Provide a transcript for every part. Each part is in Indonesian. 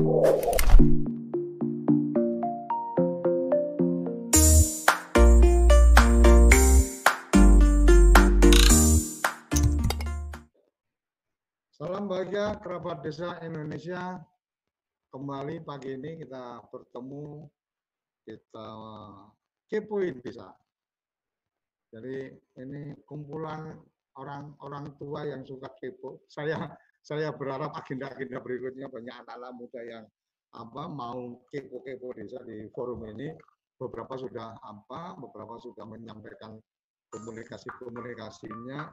Salam bahagia kerabat desa Indonesia. Kembali pagi ini kita bertemu, kita kepoin desa. Jadi ini kumpulan orang tua yang suka kepo. Saya berharap agenda-agenda berikutnya banyak anak-anak muda yang mau kepo-kepo desa di forum ini. Beberapa sudah menyampaikan komunikasinya.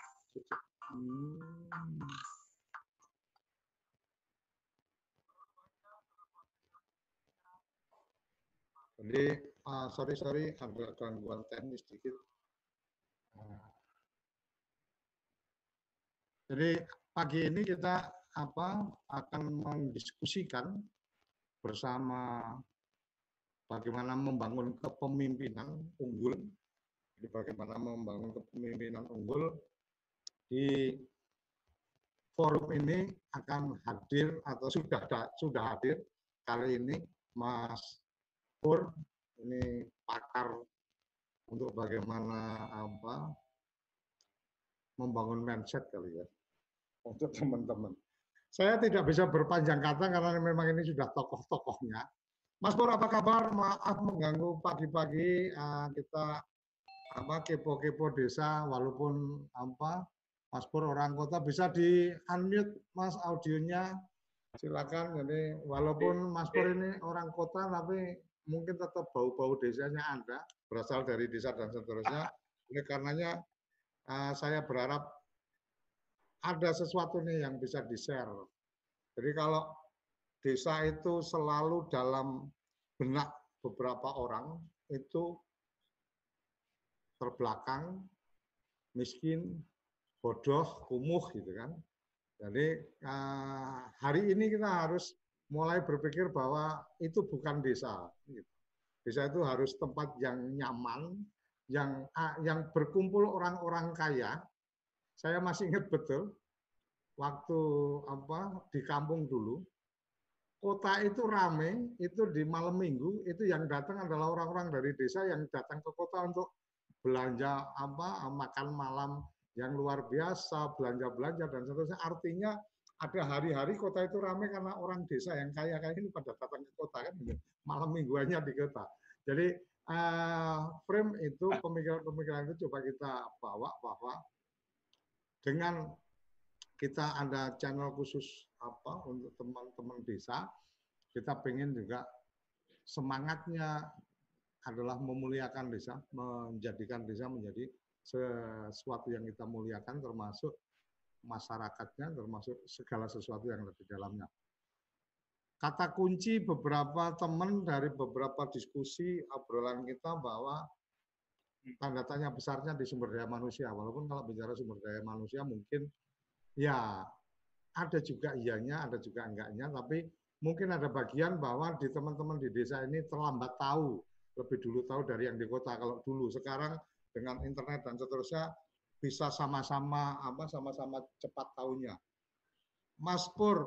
Jadi sorry ada gangguan teknis sedikit. Jadi pagi ini kita akan mendiskusikan bersama bagaimana membangun kepemimpinan unggul. Jadi bagaimana membangun kepemimpinan unggul di forum ini akan hadir atau sudah hadir kali ini Mas Pur, ini pakar untuk bagaimana membangun mindset kali ya untuk teman-teman. Saya tidak bisa berpanjang kata karena memang ini sudah tokoh-tokohnya. Mas Pur, apa kabar? Maaf mengganggu pagi-pagi, kita kepo-kepo desa, walaupun Mas Pur orang kota, bisa di unmute Mas audionya, silakan. Jadi walaupun Mas Pur ini orang kota tapi mungkin tetap bau-bau desanya ada, berasal dari desa dan seterusnya. Oleh karenanya saya berharap ada sesuatu nih yang bisa di-share. Jadi kalau desa itu selalu dalam benak beberapa orang itu terbelakang, miskin, bodoh, kumuh gitu kan. Jadi hari ini kita harus mulai berpikir bahwa itu bukan desa. Desa itu harus tempat yang nyaman, yang berkumpul orang-orang kaya. Saya masih ingat betul waktu di kampung dulu, kota itu rame, itu di malam minggu itu yang datang adalah orang-orang dari desa yang datang ke kota untuk belanja makan malam yang luar biasa, belanja-belanja dan seterusnya. Artinya ada hari-hari kota itu ramai karena orang desa yang kaya-kaya ini pada datang ke kota kan, malam mingguannya di kota. Jadi frame itu, pemikiran itu coba kita bawa bahwa dengan kita ada channel khusus untuk teman-teman desa, kita pengen juga semangatnya adalah memuliakan desa, menjadikan desa menjadi sesuatu yang kita muliakan, termasuk masyarakatnya, termasuk segala sesuatu yang ada di dalamnya. Kata kunci beberapa teman dari beberapa diskusi obrolan kita bahwa tanda tanya besarnya di sumber daya manusia. Walaupun kalau bicara sumber daya manusia mungkin ya ada juga iyanya, ada juga enggaknya, tapi mungkin ada bagian bahwa di teman-teman di desa ini terlambat tahu, lebih dulu tahu dari yang di kota. Kalau dulu, sekarang dengan internet dan seterusnya bisa sama-sama sama-sama cepat tahunya. Mas Pur,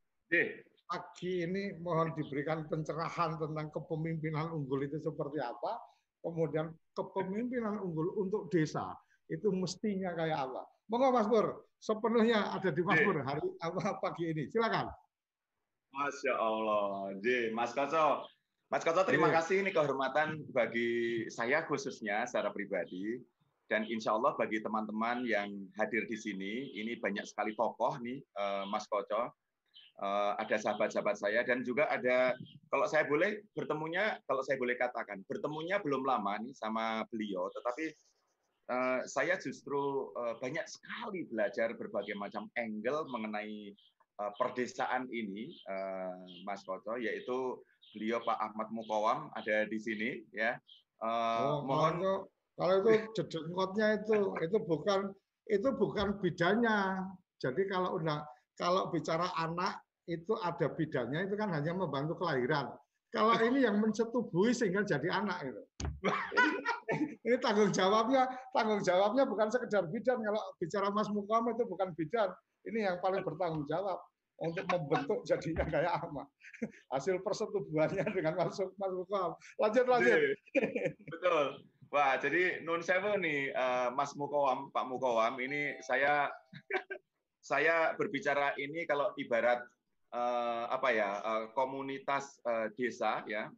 pagi ini mohon diberikan pencerahan tentang kepemimpinan unggul itu seperti apa, kemudian kepemimpinan unggul untuk desa itu mestinya kayak apa. Monggo Mas Pur, sepenuhnya ada di Mas Pur hari pagi ini. Silakan. Masya Allah, Mas Koco. Mas Koco, terima kasih, ini kehormatan bagi saya khususnya secara pribadi, dan insya Allah bagi teman-teman yang hadir di sini, ini banyak sekali tokoh nih, Mas Koco, ada sahabat-sahabat saya, dan juga ada, kalau saya boleh bertemunya, kalau saya boleh katakan, bertemunya belum lama nih sama beliau, tetapi saya justru banyak sekali belajar berbagai macam angle mengenai perdesaan ini, Mas Koco, yaitu beliau Pak Ahmad Mukawam ada di sini, ya. Mohon kalau itu jedengkotnya itu bukan bidannya. Jadi kalau bicara anak itu ada bidannya, itu kan hanya membantu kelahiran. Kalau ini yang mensetubuhi sehingga jadi anak itu. Ini tanggung jawabnya bukan sekedar bidan. Kalau bicara Mas Mukawam itu bukan bidan. Ini yang paling bertanggung jawab. untuk membentuk jadinya kayak apa. Hasil persetubuhannya dengan Mas Mukoam. Lanjut. Betul. Wah, jadi nun sewu nih Mas Mukoam, Pak Mukoam, ini saya berbicara ini kalau ibarat komunitas desa ya,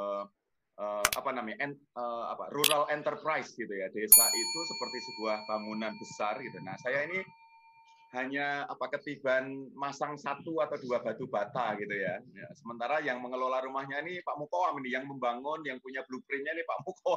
rural enterprise gitu ya. Desa itu seperti sebuah bangunan besar gitu. Nah, saya ini hanya ketiban masang 1 atau 2 batu bata gitu ya. Sementara yang mengelola rumahnya ini Pak Mukoam ini, yang membangun, yang punya blueprint-nya ini Pak Mukoam.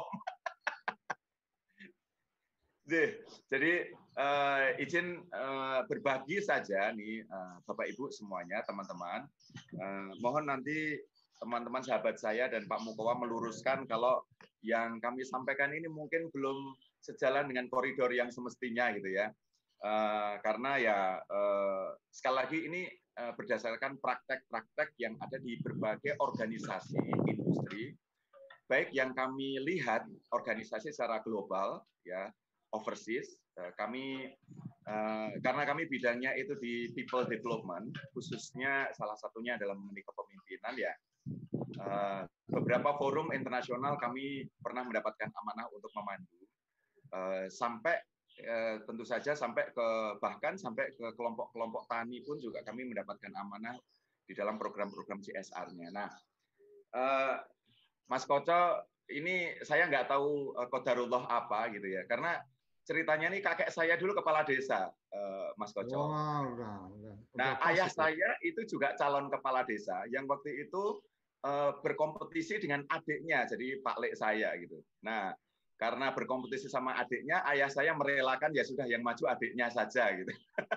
Jadi izin berbagi saja nih Bapak Ibu semuanya, teman-teman. Mohon nanti teman-teman sahabat saya dan Pak Mukoa meluruskan kalau yang kami sampaikan ini mungkin belum sejalan dengan koridor yang semestinya gitu ya. Karena ya sekali lagi ini berdasarkan praktek-praktek yang ada di berbagai organisasi industri, baik yang kami lihat organisasi secara global ya, overseas, kami karena kami bidangnya itu di people development, khususnya salah satunya adalah mengenai kepemimpinan ya. Beberapa forum internasional kami pernah mendapatkan amanah untuk memandu, sampai tentu saja sampai ke bahkan sampai ke kelompok-kelompok tani pun juga kami mendapatkan amanah di dalam program-program CSR-nya. Nah, Mas Koco, ini saya nggak tahu qadarullah apa gitu ya, karena ceritanya nih kakek saya dulu kepala desa, Mas Koco. Nah, ayah saya itu juga calon kepala desa yang waktu itu berkompetisi dengan adiknya, jadi Pak Lek saya gitu. Nah, karena berkompetisi sama adiknya, ayah saya merelakan ya sudah yang maju adiknya saja gitu.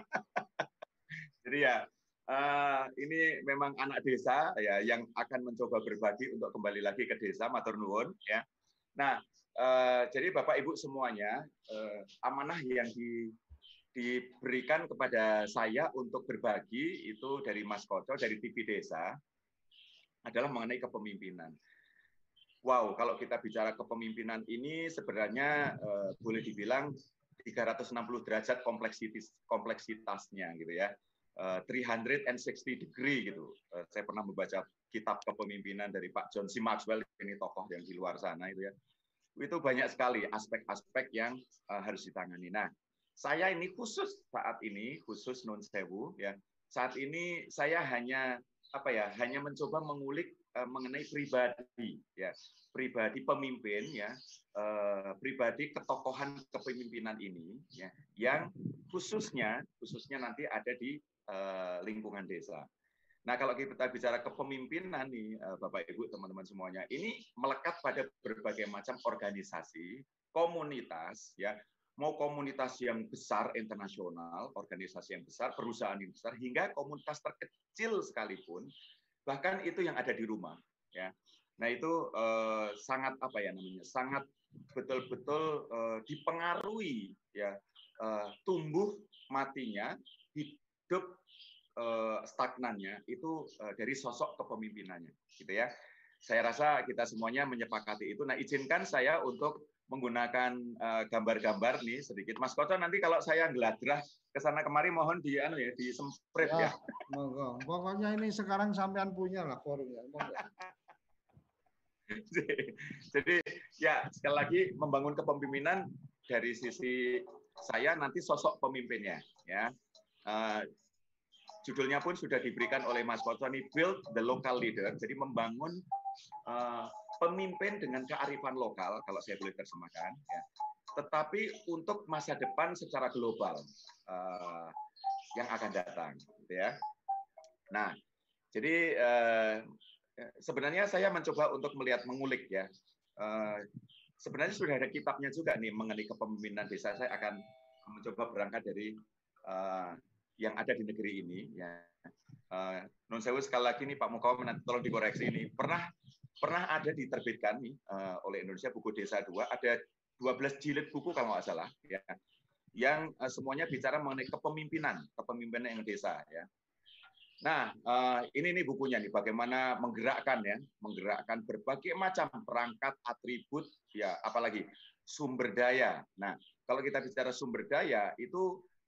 Jadi ya ini memang anak desa ya yang akan mencoba berbagi untuk kembali lagi ke desa, matur nuwun ya. Nah, jadi Bapak Ibu semuanya, amanah yang diberikan kepada saya untuk berbagi itu dari Mas Koco, dari TV Desa, adalah mengenai kepemimpinan. Wow, kalau kita bicara kepemimpinan ini sebenarnya boleh dibilang 360 derajat kompleksitasnya gitu ya. 360 degree gitu. Saya pernah membaca kitab kepemimpinan dari Pak John C. Maxwell, ini tokoh yang di luar sana itu ya. Itu banyak sekali aspek-aspek yang harus ditangani. Nah, saya ini khusus saat ini, khusus Nun Sewu ya. Saat ini saya hanya hanya mencoba mengulik mengenai pribadi ya, pribadi pemimpin ya, pribadi ketokohan kepemimpinan ini ya, yang khususnya nanti ada di lingkungan desa. Nah, kalau kita bicara kepemimpinan nih, Bapak Ibu, teman-teman semuanya, ini melekat pada berbagai macam organisasi, komunitas, ya, mau komunitas yang besar internasional, organisasi yang besar, perusahaan yang besar, hingga komunitas terkecil sekalipun, bahkan itu yang ada di rumah, ya. Nah, itu sangat sangat betul-betul dipengaruhi, ya, tumbuh matinya hidup stagnannya itu dari sosok kepemimpinannya, gitu ya. Saya rasa kita semuanya menyepakati itu. Nah, izinkan saya untuk menggunakan gambar-gambar nih sedikit. Mas Koco, nanti kalau saya ngeladrah ke sana kemari mohon disemprit ya. Pokoknya ini sekarang sampean punya lah forumnya. Jadi ya sekali lagi membangun kepemimpinan dari sisi saya nanti sosok pemimpinnya ya. Judulnya pun sudah diberikan oleh Mas Koco nih, Build the Local Leader. Jadi membangun pemimpin dengan kearifan lokal, kalau saya boleh terjemahkan. Ya. Tetapi untuk masa depan secara global yang akan datang. Gitu ya. Nah, jadi sebenarnya saya mencoba untuk mengulik ya. Sebenarnya sudah ada kitabnya juga nih mengenai kepemimpinan desa. Saya akan mencoba berangkat dari yang ada di negeri ini ya. Non sewu sekali lagi nih Pak Mukoam, nanti tolong dikoreksi ini. Pernah ada diterbitkan nih oleh Indonesia buku Desa 2, ada 12 jilid buku kalau nggak salah ya. Yang semuanya bicara mengenai kepemimpinan yang desa ya. Nah, ini nih bukunya nih bagaimana menggerakkan berbagai macam perangkat, atribut ya, apalagi sumber daya. Nah, kalau kita bicara sumber daya itu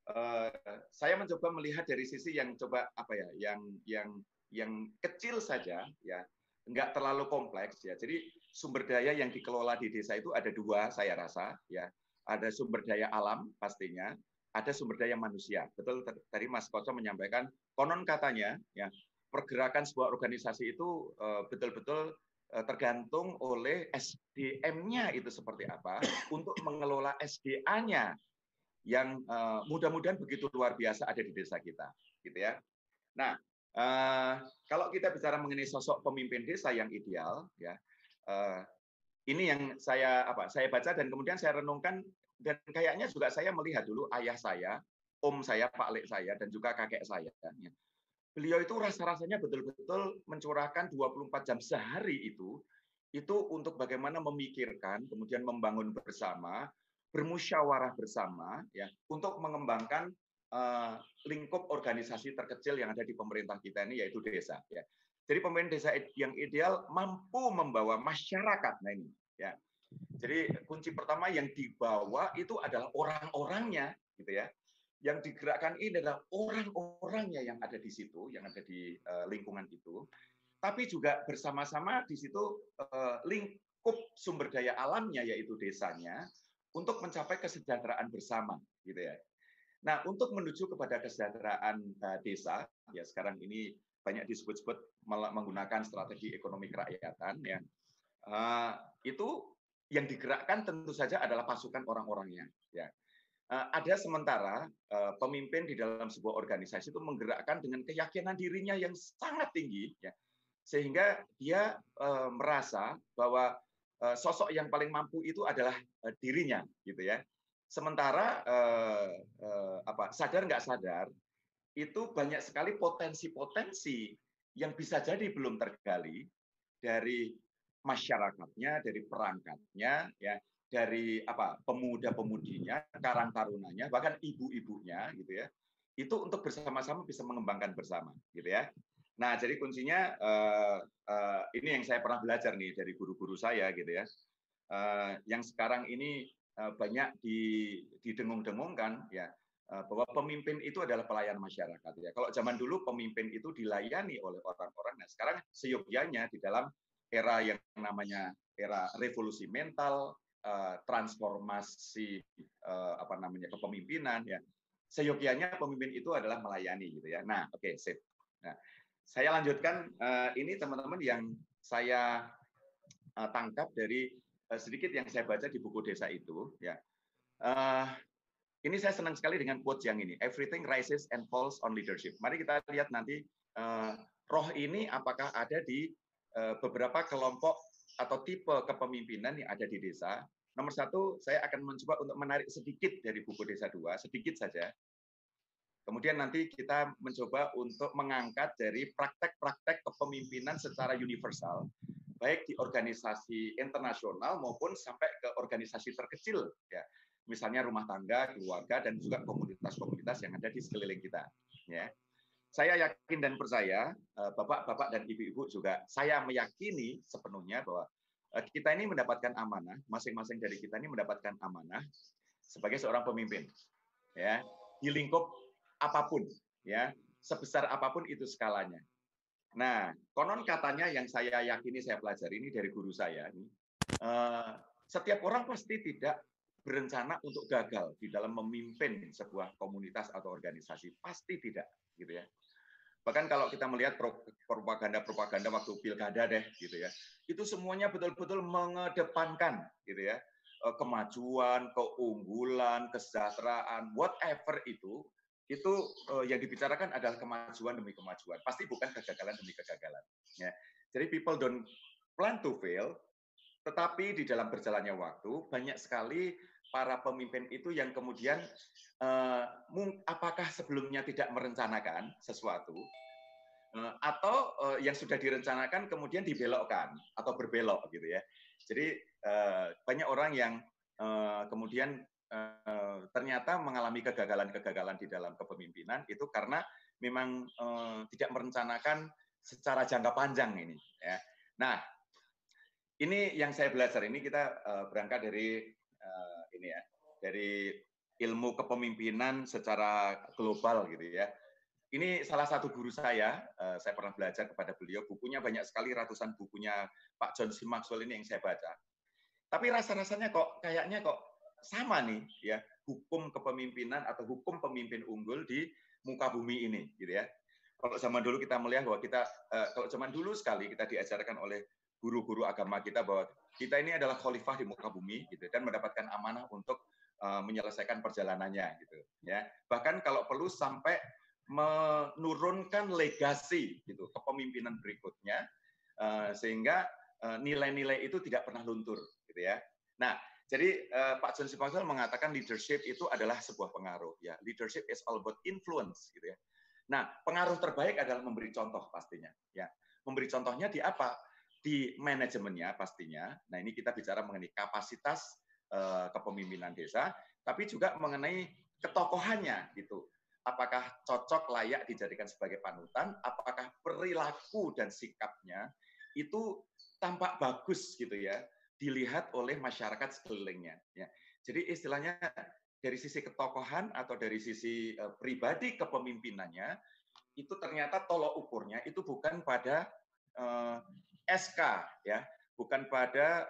saya mencoba melihat dari sisi yang coba apa ya, yang kecil saja ya, nggak terlalu kompleks ya. Jadi sumber daya yang dikelola di desa itu ada dua saya rasa ya. Ada sumber daya alam pastinya, ada sumber daya manusia. Betul tadi Mas Koco menyampaikan konon katanya ya, pergerakan sebuah organisasi itu betul-betul tergantung oleh SDM-nya itu seperti apa untuk mengelola SDA-nya yang mudah-mudahan begitu luar biasa ada di desa kita, gitu ya. Nah, kalau kita bicara mengenai sosok pemimpin desa yang ideal, ya, ini yang saya baca dan kemudian saya renungkan dan kayaknya juga saya melihat dulu ayah saya, om saya, pak lek saya dan juga kakek saya. Ya. Beliau itu rasa-rasanya betul-betul mencurahkan 24 jam sehari itu untuk bagaimana memikirkan, kemudian membangun bersama, bermusyawarah bersama, ya, untuk mengembangkan lingkup organisasi terkecil yang ada di pemerintah kita ini, yaitu desa. Ya. Jadi pemimpin desa yang ideal mampu membawa masyarakat. Nah ini, ya. Jadi kunci pertama yang dibawa itu adalah orang-orangnya, gitu ya. Yang digerakkan ini adalah orang-orangnya yang ada di situ, yang ada di lingkungan itu. Tapi juga bersama-sama di situ lingkup sumber daya alamnya yaitu desanya untuk mencapai kesejahteraan bersama, gitu ya. Nah, untuk menuju kepada kesejahteraan desa, ya sekarang ini banyak disebut-sebut menggunakan strategi ekonomi kerakyatan, ya. Itu yang digerakkan tentu saja adalah pasukan orang-orangnya, ya. Ada sementara pemimpin di dalam sebuah organisasi itu menggerakkan dengan keyakinan dirinya yang sangat tinggi, ya, sehingga dia merasa bahwa sosok yang paling mampu itu adalah dirinya, gitu ya. Sementara sadar nggak sadar itu banyak sekali potensi-potensi yang bisa jadi belum tergali dari masyarakatnya, dari perangkatnya, ya, dari pemuda-pemudinya, karang tarunanya, bahkan ibu-ibunya, gitu ya. Itu untuk bersama-sama bisa mengembangkan bersama, gitu ya. Nah, jadi kuncinya ini yang saya pernah belajar nih dari guru-guru saya, gitu ya. Yang sekarang ini banyak didengung-dengungkan, ya, bahwa pemimpin itu adalah pelayan masyarakat. Ya, kalau zaman dulu pemimpin itu dilayani oleh orang-orang, nah sekarang seyogyanya di dalam era yang namanya era revolusi mental, transformasi kepemimpinan, ya, seyogyanya pemimpin itu adalah melayani, gitu ya. Nah, oke, sip. Nah, saya lanjutkan ini teman-teman yang saya tangkap dari sedikit yang saya baca di buku desa itu, ya. Ini saya senang sekali dengan quote yang ini, everything rises and falls on leadership. Mari kita lihat nanti roh ini apakah ada di beberapa kelompok atau tipe kepemimpinan yang ada di desa. Nomor satu, saya akan mencoba untuk menarik sedikit dari buku Desa 2, sedikit saja. Kemudian nanti kita mencoba untuk mengangkat dari praktek-praktek kepemimpinan secara universal, baik di organisasi internasional maupun sampai ke organisasi terkecil, ya, misalnya rumah tangga, keluarga, dan juga komunitas-komunitas yang ada di sekeliling kita. Ya. Saya yakin dan percaya, bapak-bapak dan ibu-ibu juga, saya meyakini sepenuhnya bahwa kita ini mendapatkan amanah, masing-masing dari kita ini mendapatkan amanah sebagai seorang pemimpin, ya, di lingkup apapun, ya, sebesar apapun itu skalanya. Nah, konon katanya yang saya yakini saya pelajari ini dari guru saya, setiap orang pasti tidak berencana untuk gagal di dalam memimpin sebuah komunitas atau organisasi, pasti tidak, gitu ya. Bahkan kalau kita melihat propaganda waktu pilkada deh, gitu ya, itu semuanya betul-betul mengedepankan, gitu ya, kemajuan, keunggulan, kesejahteraan, whatever itu yang dibicarakan adalah kemajuan demi kemajuan. Pasti bukan kegagalan demi kegagalan. Ya. Jadi people don't plan to fail, tetapi di dalam berjalannya waktu banyak sekali para pemimpin itu yang kemudian apakah sebelumnya tidak merencanakan sesuatu atau yang sudah direncanakan kemudian dibelokkan atau berbelok, gitu ya. Jadi banyak orang yang kemudian ternyata mengalami kegagalan-kegagalan di dalam kepemimpinan itu karena memang tidak merencanakan secara jangka panjang ini, ya. Nah, ini yang saya belajar, ini kita berangkat dari ini ya, dari ilmu kepemimpinan secara global gitu ya. Ini salah satu guru saya pernah belajar kepada beliau, bukunya banyak sekali, ratusan bukunya Pak John C. Maxwell ini yang saya baca. Tapi rasa-rasanya kayaknya sama nih ya, hukum kepemimpinan atau hukum pemimpin unggul di muka bumi ini gitu ya. Kalau zaman dulu kita melihat bahwa kalau zaman dulu sekali kita diajarkan oleh guru-guru agama kita bahwa kita ini adalah khalifah di muka bumi gitu dan mendapatkan amanah untuk menyelesaikan perjalanannya gitu ya. Bahkan kalau perlu sampai menurunkan legasi gitu kepemimpinan berikutnya sehingga nilai-nilai itu tidak pernah luntur gitu ya. Nah, jadi Pak John C. Maxwell mengatakan leadership itu adalah sebuah pengaruh ya. Leadership is all about influence gitu ya. Nah, pengaruh terbaik adalah memberi contoh pastinya ya. Memberi contohnya di apa? Di manajemennya pastinya. Nah, ini kita bicara mengenai kapasitas kepemimpinan desa, tapi juga mengenai ketokohannya gitu. Apakah cocok layak dijadikan sebagai panutan? Apakah perilaku dan sikapnya itu tampak bagus gitu ya, dilihat oleh masyarakat sekelilingnya. Ya. Jadi istilahnya dari sisi ketokohan atau dari sisi pribadi kepemimpinannya, itu ternyata tolok ukurnya itu bukan pada SK ya, bukan pada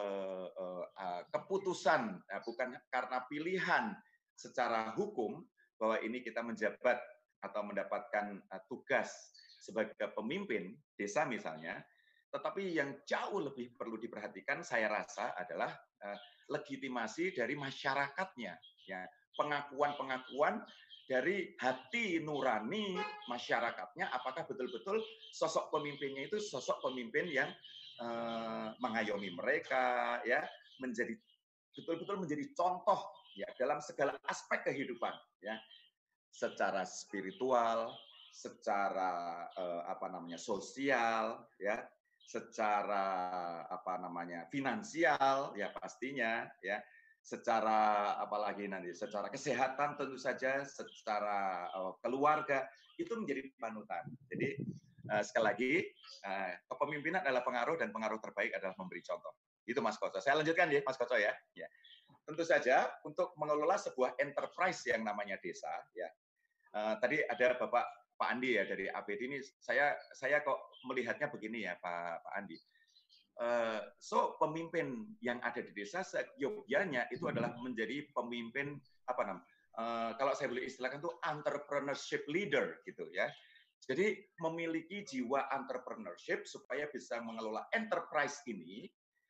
keputusan, bukan karena pilihan secara hukum bahwa ini kita menjabat atau mendapatkan tugas sebagai pemimpin desa misalnya, tetapi yang jauh lebih perlu diperhatikan saya rasa adalah legitimasi dari masyarakatnya, ya, pengakuan-pengakuan dari hati nurani masyarakatnya, apakah betul-betul sosok pemimpinnya itu sosok pemimpin yang mengayomi mereka, ya, menjadi betul-betul menjadi contoh ya dalam segala aspek kehidupan, ya, secara spiritual, secara sosial, ya, secara finansial, ya pastinya, ya, secara apalagi nanti, secara kesehatan tentu saja, secara keluarga itu menjadi panutan. Jadi sekali lagi kepemimpinan adalah pengaruh dan pengaruh terbaik adalah memberi contoh. Itu Mas Koco. Saya lanjutkan ya, Mas Koco ya. Ya. Tentu saja untuk mengelola sebuah enterprise yang namanya desa, ya. Tadi ada Pak Andi ya dari APD ini, saya kok melihatnya begini ya Pak Andi. So pemimpin yang ada di desa seyogyanya itu adalah menjadi pemimpin kalau saya boleh istilahkan itu entrepreneurship leader gitu ya. Jadi memiliki jiwa entrepreneurship supaya bisa mengelola enterprise ini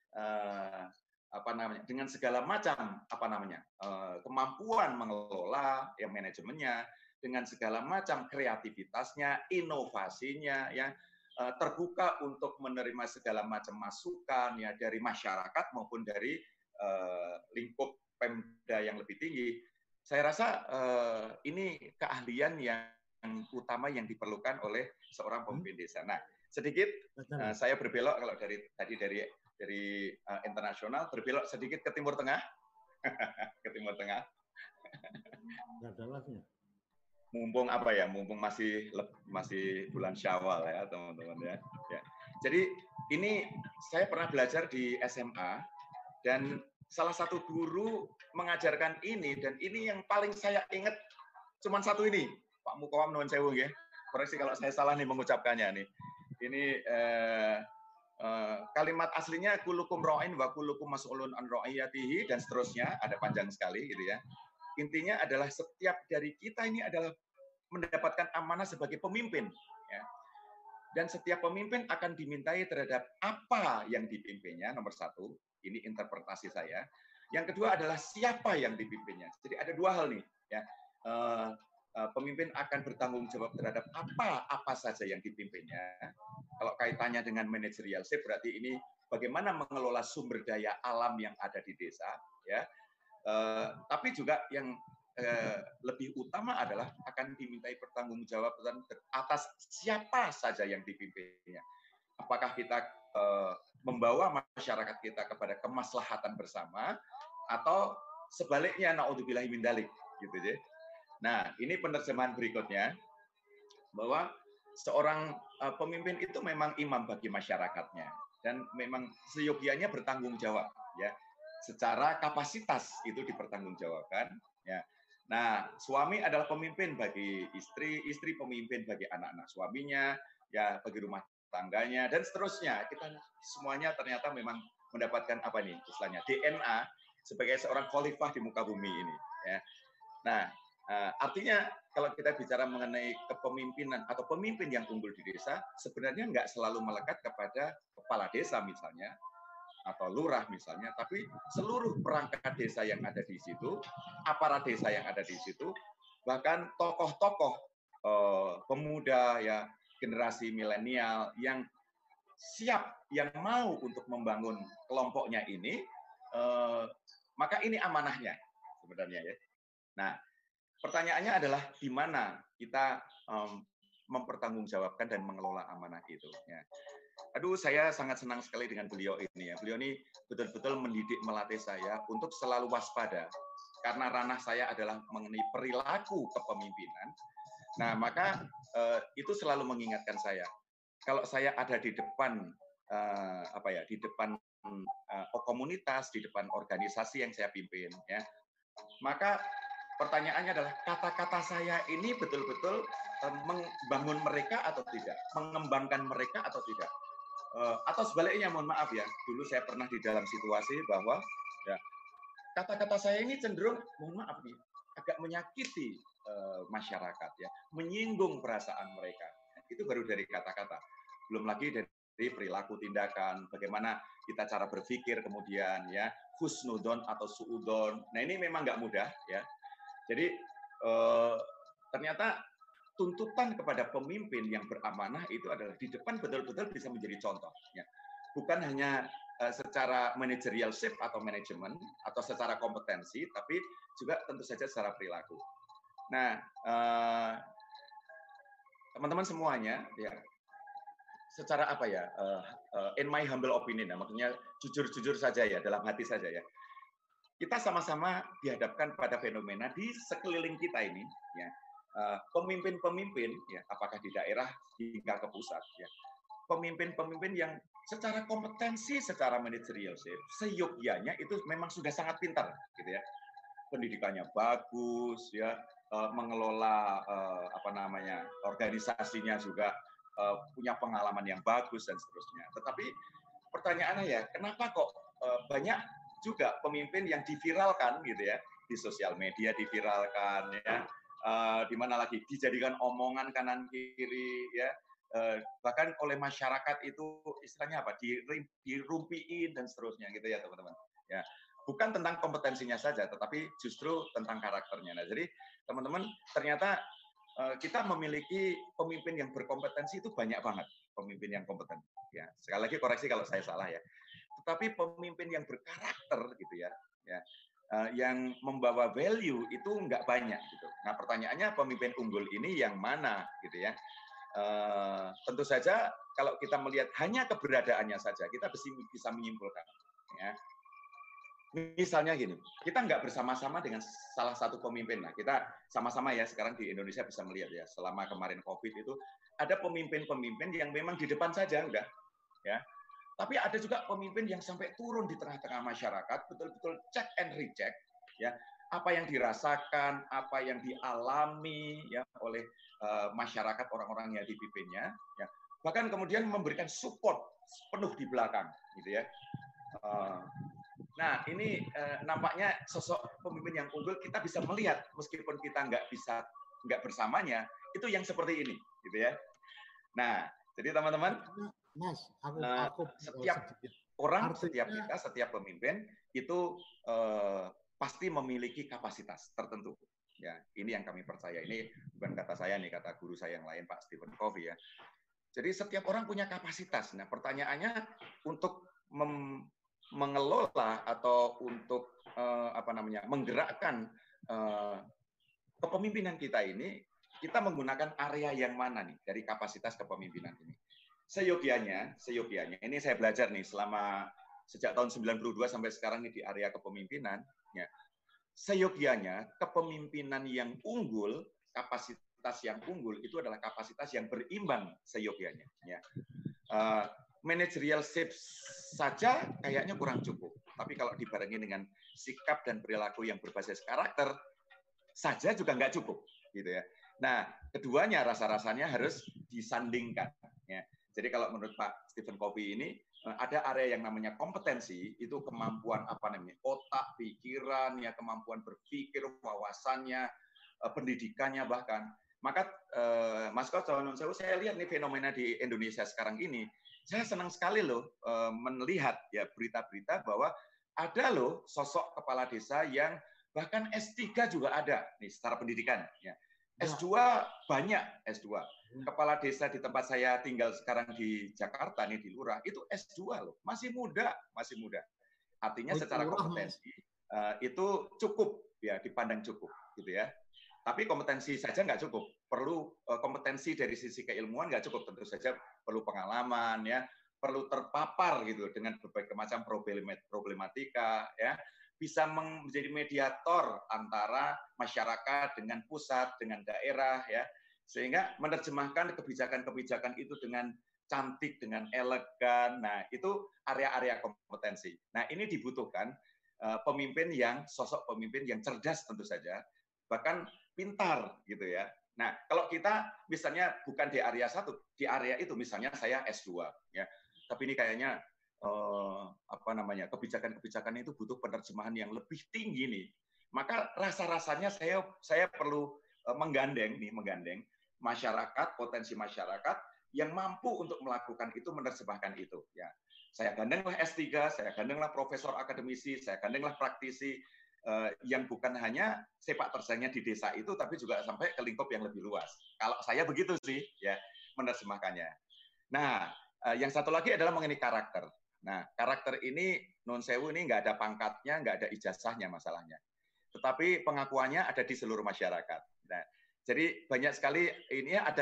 dengan segala macam kemampuan mengelola ya manajemennya, dengan segala macam kreativitasnya, inovasinya, ya terbuka untuk menerima segala macam masukan ya dari masyarakat maupun dari lingkup Pemda yang lebih tinggi. Saya rasa ini keahlian yang utama yang diperlukan oleh seorang pemimpin desa. Nah, sedikit saya berbelok kalau dari internasional, berbelok sedikit ke Timur Tengah. Ke Timur Tengah. Nggak ada live-nya. Mumpung masih bulan Syawal ya, teman-teman ya. Ya. Jadi ini saya pernah belajar di SMA dan salah satu guru mengajarkan ini, dan ini yang paling saya ingat cuma satu ini, Pak Mukawam nuwun sewu nggih. Koreksi kalau saya salah nih mengucapkannya nih. Ini kalimat aslinya kulukum ra'in wa kulukum mas'ulun an ra'iyatihi dan seterusnya, ada panjang sekali gitu ya. Intinya adalah setiap dari kita ini adalah mendapatkan amanah sebagai pemimpin, ya. Dan setiap pemimpin akan dimintai terhadap apa yang dipimpinnya, nomor satu, ini interpretasi saya. Yang kedua adalah siapa yang dipimpinnya. Jadi ada dua hal nih, ya. Pemimpin akan bertanggung jawab terhadap apa saja yang dipimpinnya. Kalau kaitannya dengan manajerial berarti ini bagaimana mengelola sumber daya alam yang ada di desa, ya. Tapi juga yang lebih utama adalah akan dimintai pertanggungjawaban atas siapa saja yang dipimpinnya. Apakah kita membawa masyarakat kita kepada kemaslahatan bersama atau sebaliknya naudzubillahi min dzalik gitu ya. Nah, ini penerjemahan berikutnya bahwa seorang pemimpin itu memang imam bagi masyarakatnya dan memang seyogianya bertanggung jawab ya. Secara kapasitas itu dipertanggungjawabkan Ya. Nah, suami adalah pemimpin bagi istri, istri pemimpin bagi anak-anak suaminya, ya bagi rumah tangganya dan seterusnya. Kita semuanya ternyata memang mendapatkan apa nih istilahnya DNA sebagai seorang khalifah di muka bumi ini. Ya. Nah, artinya kalau kita bicara mengenai kepemimpinan atau pemimpin yang unggul di desa, sebenarnya nggak selalu melekat kepada kepala desa misalnya, atau lurah misalnya, tapi seluruh perangkat desa yang ada di situ, aparat desa yang ada di situ, bahkan tokoh-tokoh pemuda ya generasi milenial yang siap, yang mau untuk membangun kelompoknya ini, maka ini amanahnya sebenarnya ya. Nah, pertanyaannya adalah di mana kita mempertanggungjawabkan dan mengelola amanah itu. Ya. Aduh, saya sangat senang sekali dengan beliau ini ya. Beliau ini betul-betul mendidik, melatih saya untuk selalu waspada. Karena ranah saya adalah mengenai perilaku kepemimpinan. Nah, maka itu selalu mengingatkan saya. Kalau saya ada di depan di depan komunitas, di depan organisasi yang saya pimpin, ya, maka pertanyaannya adalah kata-kata saya ini betul-betul membangun mereka atau tidak, mengembangkan mereka atau tidak. Atau sebaliknya, mohon maaf ya, dulu saya pernah di dalam situasi bahwa ya, kata-kata saya ini cenderung, mohon maaf nih, agak menyakiti masyarakat ya, menyinggung perasaan mereka. Itu baru dari kata-kata, belum lagi dari perilaku tindakan, bagaimana kita cara berpikir kemudian ya, husnudon atau suudon. Nah ini memang nggak mudah ya. Jadi ternyata tuntutan kepada pemimpin yang beramanah itu adalah di depan betul-betul bisa menjadi contoh. Ya. Bukan hanya secara managerialship atau manajemen atau secara kompetensi, tapi juga tentu saja secara perilaku. Nah, teman-teman semuanya, ya, secara apa ya, in my humble opinion, ya, maksudnya jujur-jujur saja ya, dalam hati saja ya. Kita sama-sama dihadapkan pada fenomena di sekeliling kita ini, ya. Pemimpin-pemimpin, ya, apakah di daerah hingga ke pusat, ya, pemimpin-pemimpin yang secara kompetensi, secara managerialship, seyogyanya itu memang sudah sangat pintar, gitu ya, pendidikannya bagus, ya, mengelola organisasinya juga punya pengalaman yang bagus dan seterusnya. Tetapi pertanyaannya ya, kenapa kok banyak juga pemimpin yang diviralkan, gitu ya, di sosial media diviralkan, ya. Di mana lagi dijadikan omongan kanan kiri ya, bahkan oleh masyarakat itu istilahnya apa, dirumpiin dan seterusnya gitu ya teman-teman ya, bukan tentang kompetensinya saja tetapi justru tentang karakternya. Nah jadi teman-teman ternyata kita memiliki pemimpin yang berkompetensi itu banyak banget, pemimpin yang kompeten ya, sekali lagi koreksi kalau saya salah ya, tetapi pemimpin yang berkarakter gitu ya, yang membawa value itu nggak banyak gitu. Nah pertanyaannya pemimpin unggul ini yang mana gitu ya? Tentu saja kalau kita melihat hanya keberadaannya saja kita bisa menyimpulkan. Ya. Misalnya gini, kita nggak bersama-sama dengan salah satu pemimpin. Nah kita sama-sama ya sekarang di Indonesia bisa melihat ya selama kemarin COVID itu ada pemimpin-pemimpin yang memang di depan saja udah ya. Tapi ada juga pemimpin yang sampai turun di tengah-tengah masyarakat, betul-betul check and recheck, ya, apa yang dirasakan, apa yang dialami ya oleh masyarakat orang-orang yang dipimpinnya, ya. Bahkan kemudian memberikan support penuh di belakang, gitu ya. Nah, ini nampaknya sosok pemimpin yang unggul kita bisa melihat meskipun kita nggak bersamanya, itu yang seperti ini, gitu ya. Nah, jadi teman-teman. Mas, setiap orang, setiap kita, setiap pemimpin itu pasti memiliki kapasitas tertentu. Ya, ini yang kami percaya. Ini bukan kata saya nih, kata guru saya yang lain, Pak Stephen Covey ya. Jadi setiap orang punya kapasitas. Nah, pertanyaannya untuk mengelola atau untuk menggerakkan kepemimpinan kita ini, kita menggunakan area yang mana nih dari kapasitas kepemimpinan ini? Seyogyanya, ini saya belajar nih selama sejak tahun 92 sampai sekarang ini di area kepemimpinan, ya. Seyogyanya kepemimpinan yang unggul, kapasitas yang unggul itu adalah kapasitas yang berimbang seyogyanya, ya. Managerialship saja kayaknya kurang cukup, tapi kalau dibarengi dengan sikap dan perilaku yang berbasis karakter, saja juga nggak cukup, gitu ya. Nah, keduanya rasa-rasanya harus disandingkan. Ya. Jadi kalau menurut Pak Stephen Covey ini ada area yang namanya kompetensi, itu kemampuan apa namanya, otak, pikiran, ya kemampuan berpikir, wawasannya, pendidikannya bahkan. Maka Mas Koco, saya lihat nih fenomena di Indonesia sekarang ini, saya senang sekali loh melihat ya berita-berita bahwa ada loh sosok kepala desa yang bahkan S3 juga ada nih secara pendidikan. Ya. S2 banyak S2. Kepala desa di tempat saya tinggal sekarang di Jakarta nih di Lurah itu S2 loh, masih muda, masih muda. Artinya secara kompetensi itu cukup ya dipandang cukup gitu ya. Tapi kompetensi saja nggak cukup, perlu kompetensi dari sisi keilmuan nggak cukup, tentu saja perlu pengalaman ya, perlu terpapar gitu dengan berbagai macam problematika ya, bisa menjadi mediator antara masyarakat dengan pusat, dengan daerah ya, sehingga menerjemahkan kebijakan-kebijakan itu dengan cantik, dengan elegan. Nah, itu area-area kompetensi. Nah, ini dibutuhkan pemimpin yang sosok pemimpin yang cerdas tentu saja, bahkan pintar gitu ya. Nah, kalau kita misalnya bukan di area satu, di area itu misalnya saya S2 ya. Tapi ini kayaknya apa namanya? Kebijakan-kebijakan itu butuh penerjemahan yang lebih tinggi nih. Maka rasa-rasanya saya perlu menggandeng masyarakat, potensi masyarakat yang mampu untuk melakukan itu, menerjemahkan itu ya. Saya gandenglah S3, saya gandenglah profesor akademisi, saya gandenglah praktisi yang bukan hanya sepak terjangnya di desa itu, tapi juga sampai ke lingkup yang lebih luas. Kalau saya begitu sih, ya menerjemahkannya. Nah, yang satu lagi adalah mengenai karakter. Nah, karakter ini non sewu ini nggak ada pangkatnya, nggak ada ijazahnya masalahnya. Tetapi pengakuannya ada di seluruh masyarakat. Nah, jadi banyak sekali ini ada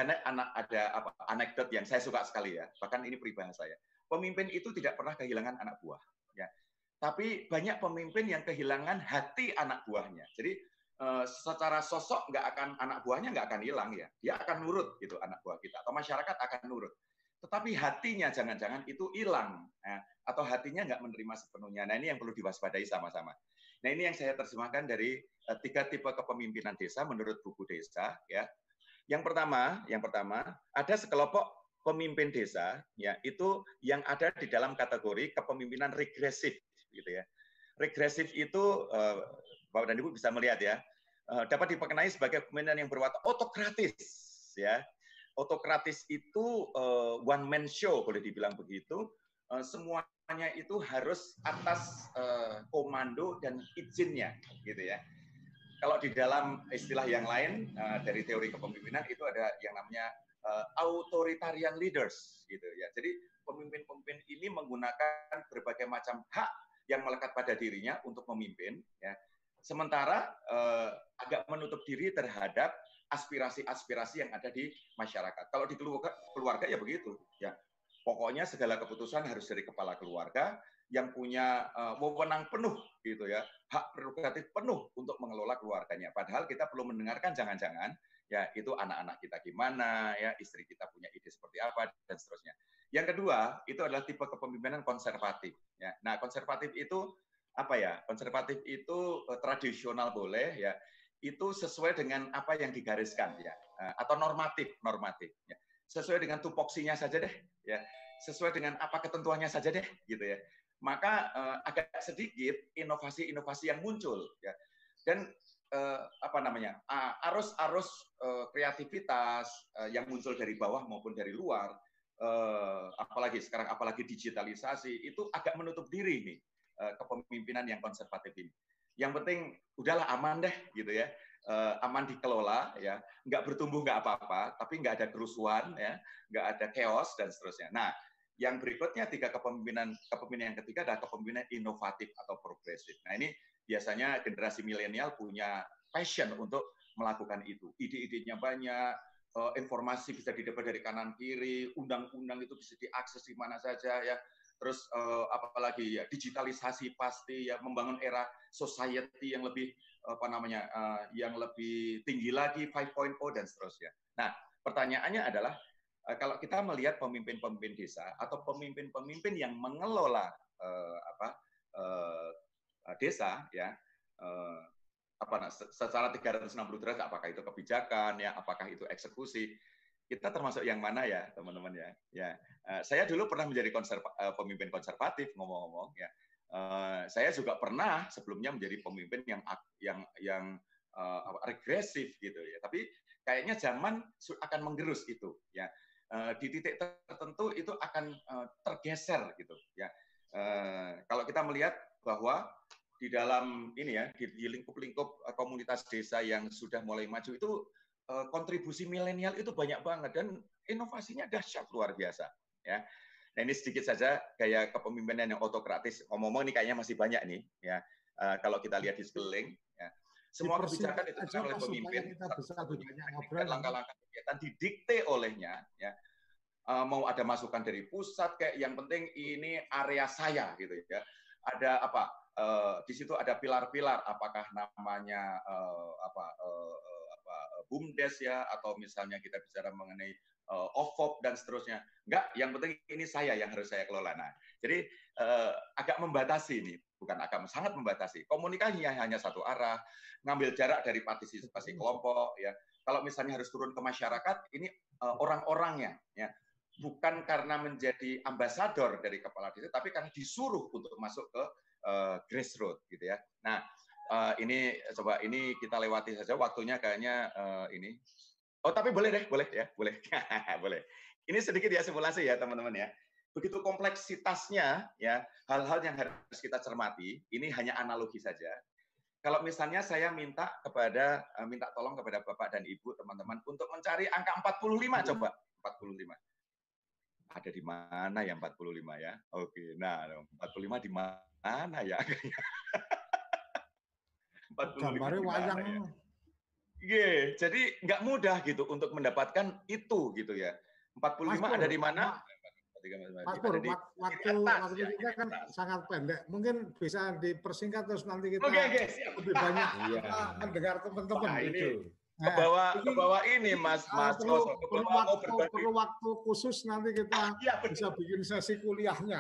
anekdot yang saya suka sekali ya. Bahkan ini peribahasa saya. Pemimpin itu tidak pernah kehilangan anak buah. Ya. Tapi banyak pemimpin yang kehilangan hati anak buahnya. Jadi secara sosok anak buahnya nggak akan hilang ya. Dia akan nurut gitu anak buah kita atau masyarakat akan nurut. Tetapi hatinya jangan-jangan itu hilang ya, atau hatinya nggak menerima sepenuhnya. Nah ini yang perlu diwaspadai sama-sama. Nah ini yang saya terjemahkan dari 3 tipe kepemimpinan desa menurut buku desa ya. Yang pertama ada sekelompok pemimpin desa ya itu yang ada di dalam kategori kepemimpinan regresif gitu ya. Regresif itu Bapak dan Ibu bisa melihat ya, dapat diperkenai sebagai kepemimpinan yang berwatak otokratis ya. Otokratis itu one man show boleh dibilang begitu, semuanya itu harus atas komando dan izinnya gitu ya. Kalau di dalam istilah yang lain dari teori kepemimpinan itu ada yang namanya authoritarian leaders gitu ya. Jadi pemimpin-pemimpin ini menggunakan berbagai macam hak yang melekat pada dirinya untuk memimpin ya. Sementara agak menutup diri terhadap aspirasi-aspirasi yang ada di masyarakat. Kalau di keluarga ya begitu ya. Pokoknya segala keputusan harus dari kepala keluarga yang punya wewenang penuh gitu ya, hak prerogatif penuh untuk mengelola keluarganya. Padahal kita perlu mendengarkan jangan-jangan ya itu anak-anak kita gimana ya, istri kita punya ide seperti apa dan seterusnya. Yang kedua itu adalah tipe kepemimpinan konservatif ya. Nah, konservatif itu apa ya? Konservatif itu tradisional boleh ya. Itu sesuai dengan apa yang digariskan ya, atau normatif ya. Sesuai dengan tupoksinya saja deh ya. Sesuai dengan apa ketentuannya saja deh gitu ya. Maka agak sedikit inovasi-inovasi yang muncul ya. Dan apa namanya? Arus-arus kreativitas yang muncul dari bawah maupun dari luar, apalagi digitalisasi itu agak menutup diri nih kepemimpinan yang konservatif ini. Yang penting udahlah aman deh gitu ya, aman dikelola ya, nggak bertumbuh nggak apa-apa, tapi nggak ada kerusuhan ya, nggak ada chaos dan seterusnya. Nah, yang berikutnya kepemimpinan yang ketiga adalah kepemimpinan inovatif atau progresif. Nah ini biasanya generasi milenial punya passion untuk melakukan itu. Ide-idenya banyak, informasi bisa didapat dari kanan kiri, undang-undang itu bisa diakses di mana saja ya. Terus apalagi ya digitalisasi pasti ya, membangun era society yang lebih yang lebih tinggi lagi 5.0 dan seterusnya. Nah, pertanyaannya adalah kalau kita melihat pemimpin-pemimpin desa atau pemimpin-pemimpin yang mengelola desa ya, secara 360 derajat, apakah itu kebijakan ya, apakah itu eksekusi, kita termasuk yang mana ya teman-teman ya. Ya, saya dulu pernah menjadi pemimpin konservatif ngomong-ngomong ya. Saya juga pernah sebelumnya menjadi pemimpin yang regresif gitu ya. Tapi kayaknya zaman akan menggerus itu ya. Di titik tertentu itu akan tergeser gitu ya. Kalau kita melihat bahwa di dalam ini ya, di lingkup-lingkup komunitas desa yang sudah mulai maju itu kontribusi milenial itu banyak banget dan inovasinya dahsyat luar biasa ya. Nah, ini sedikit saja gaya kepemimpinan yang otokratis. Ngomong-ngomong ini kayaknya masih banyak nih ya. Kalau kita lihat di sekeliling ya. Semua kebijakan itu oleh pemimpin, langkah-langkah kegiatan didikte olehnya ya. Mau ada masukan dari pusat kayak yang penting ini area saya gitu ya. Ada apa? Di situ ada pilar-pilar, apakah namanya BUMDes ya, atau misalnya kita bicara mengenai OFOP dan seterusnya. Enggak, yang penting ini saya yang harus saya kelola. Nah, jadi agak membatasi ini, bukan agak, sangat membatasi. Komunikasinya hanya satu arah, ngambil jarak dari partisipasi kelompok ya. Kalau misalnya harus turun ke masyarakat, ini orang-orangnya ya. Bukan karena menjadi ambasador dari kepala desa, tapi karena disuruh untuk masuk ke grassroots gitu ya. Nah, ini coba ini kita lewati saja waktunya kayaknya ini. Oh, tapi boleh deh, boleh ya, boleh. Boleh. Ini sedikit ya simulasi ya, teman-teman ya. Begitu kompleksitasnya ya, hal-hal yang harus kita cermati, ini hanya analogi saja. Kalau misalnya saya minta tolong kepada Bapak dan Ibu, teman-teman, untuk mencari angka 45 coba. 45. Ada di mana ya 45 ya? Oke, nah 45 di mana ya? 45 gambarnya wayang. Ya? Yeah, jadi nggak mudah gitu untuk mendapatkan itu gitu ya. 45 Mas, ada di mana? Mas Pur, waktu kita kan sangat pendek. Mungkin bisa dipersingkat terus nanti kita lebih banyak mendengar teman-teman gitu. Ke bawah ini Mas perlu waktu khusus nanti kita bisa bikin sesi kuliahnya.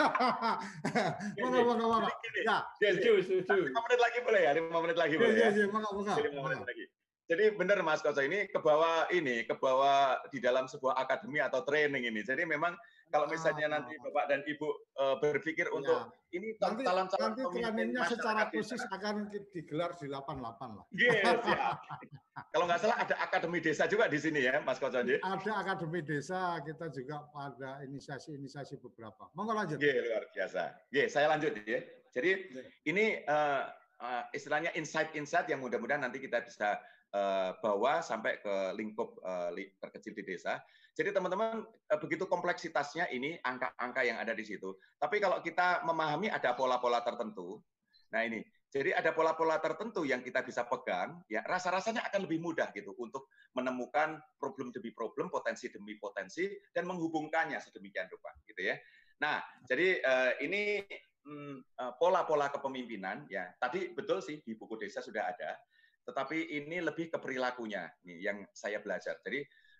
Monggo. Ya, 5 menit lagi boleh ya? 5 menit lagi boleh ya? Iya, monggo. Jadi benar Mas Koco, ini ke bawah di dalam sebuah akademi atau training ini. Jadi memang kalau misalnya nanti Bapak dan Ibu berpikir untuk ini calon-calon trainingnya secara khusus akan digelar di 88 lah. Yes, ya. Kalau nggak salah ada akademi desa juga di sini ya, Mas Koco. Ada akademi desa, kita juga pada inisiasi beberapa. Monggo lanjut. Luar biasa. Saya lanjut ya. Jadi ini istilahnya insight yang mudah-mudahan nanti kita bisa bawa sampai ke lingkup terkecil di desa. Jadi teman-teman, begitu kompleksitasnya ini angka-angka yang ada di situ. Tapi kalau kita memahami ada pola-pola tertentu, nah ini, jadi ada pola-pola tertentu yang kita bisa pegang, ya rasa-rasanya akan lebih mudah gitu untuk menemukan problem demi problem, potensi demi potensi, dan menghubungkannya sedemikian rupa, gitu ya. Nah, jadi ini pola-pola kepemimpinan, ya tadi betul sih di buku desa sudah ada, tetapi ini lebih ke perilakunya nih yang saya belajar. Jadi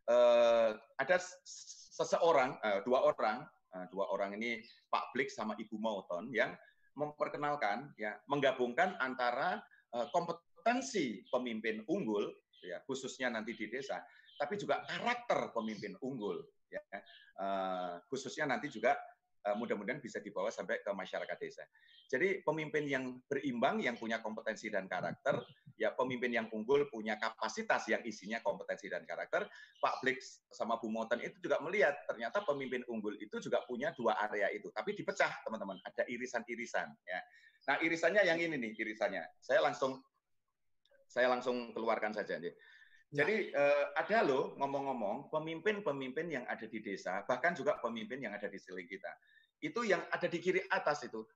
ada seseorang, dua orang ini Pak Blik sama Ibu Mauton yang memperkenalkan, ya menggabungkan antara kompetensi pemimpin unggul, ya khususnya nanti di desa, tapi juga karakter pemimpin unggul, ya khususnya nanti juga mudah-mudahan bisa dibawa sampai ke masyarakat desa. Jadi pemimpin yang berimbang, yang punya kompetensi dan karakter, ya pemimpin yang unggul punya kapasitas yang isinya kompetensi dan karakter. Pak Blik sama Bu Mauton itu juga melihat ternyata pemimpin unggul itu juga punya dua area itu, tapi dipecah teman-teman, ada irisan-irisan. Ya. Nah irisannya yang ini nih irisannya. Saya langsung keluarkan saja nih. Jadi ada loh ngomong-ngomong pemimpin-pemimpin yang ada di desa, bahkan juga pemimpin yang ada di sekeliling kita. Itu yang ada di kiri atas itu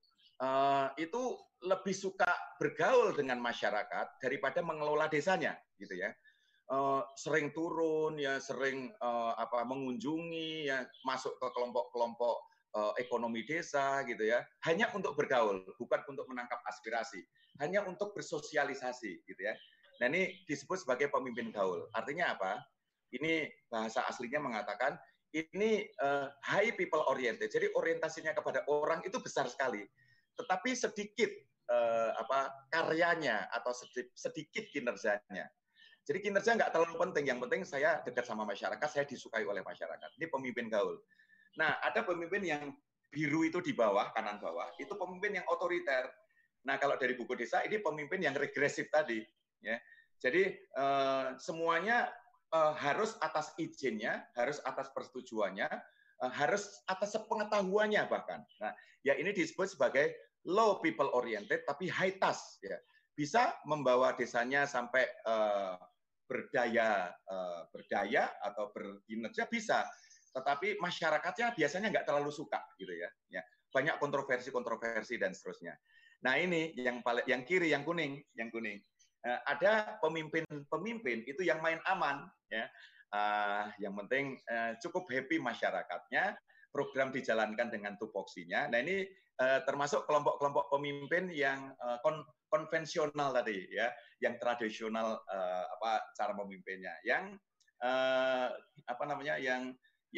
lebih suka bergaul dengan masyarakat daripada mengelola desanya, gitu ya. Sering turun, ya sering mengunjungi, ya masuk ke kelompok-kelompok ekonomi desa, gitu ya. Hanya untuk bergaul, bukan untuk menangkap aspirasi, hanya untuk bersosialisasi, gitu ya. Nah ini disebut sebagai pemimpin gaul. Artinya apa? Ini bahasa aslinya mengatakan ini high people oriented. Jadi orientasinya kepada orang itu besar sekali. Tetapi sedikit karyanya atau sedikit kinerjanya. Jadi kinerja nggak terlalu penting, yang penting saya dekat sama masyarakat, saya disukai oleh masyarakat. Ini pemimpin gaul. Nah, ada pemimpin yang biru itu di bawah, kanan bawah, itu pemimpin yang otoriter. Nah, kalau dari buku desa, ini pemimpin yang regresif tadi. Ya. Jadi semuanya harus atas izinnya, harus atas persetujuannya, harus atas sepengetahuannya bahkan. Nah, ya ini disebut sebagai low people oriented, tapi high task. Ya. Bisa membawa desanya sampai berdaya atau berkinerja bisa, tetapi masyarakatnya biasanya nggak terlalu suka gitu ya. Banyak kontroversi dan seterusnya. Nah ini yang kiri, yang kuning. Ada pemimpin itu yang main aman ya. Yang penting cukup happy masyarakatnya, program dijalankan dengan tupoksinya. Nah ini termasuk kelompok-kelompok pemimpin yang konvensional tadi ya, yang tradisional cara memimpinnya, yang yang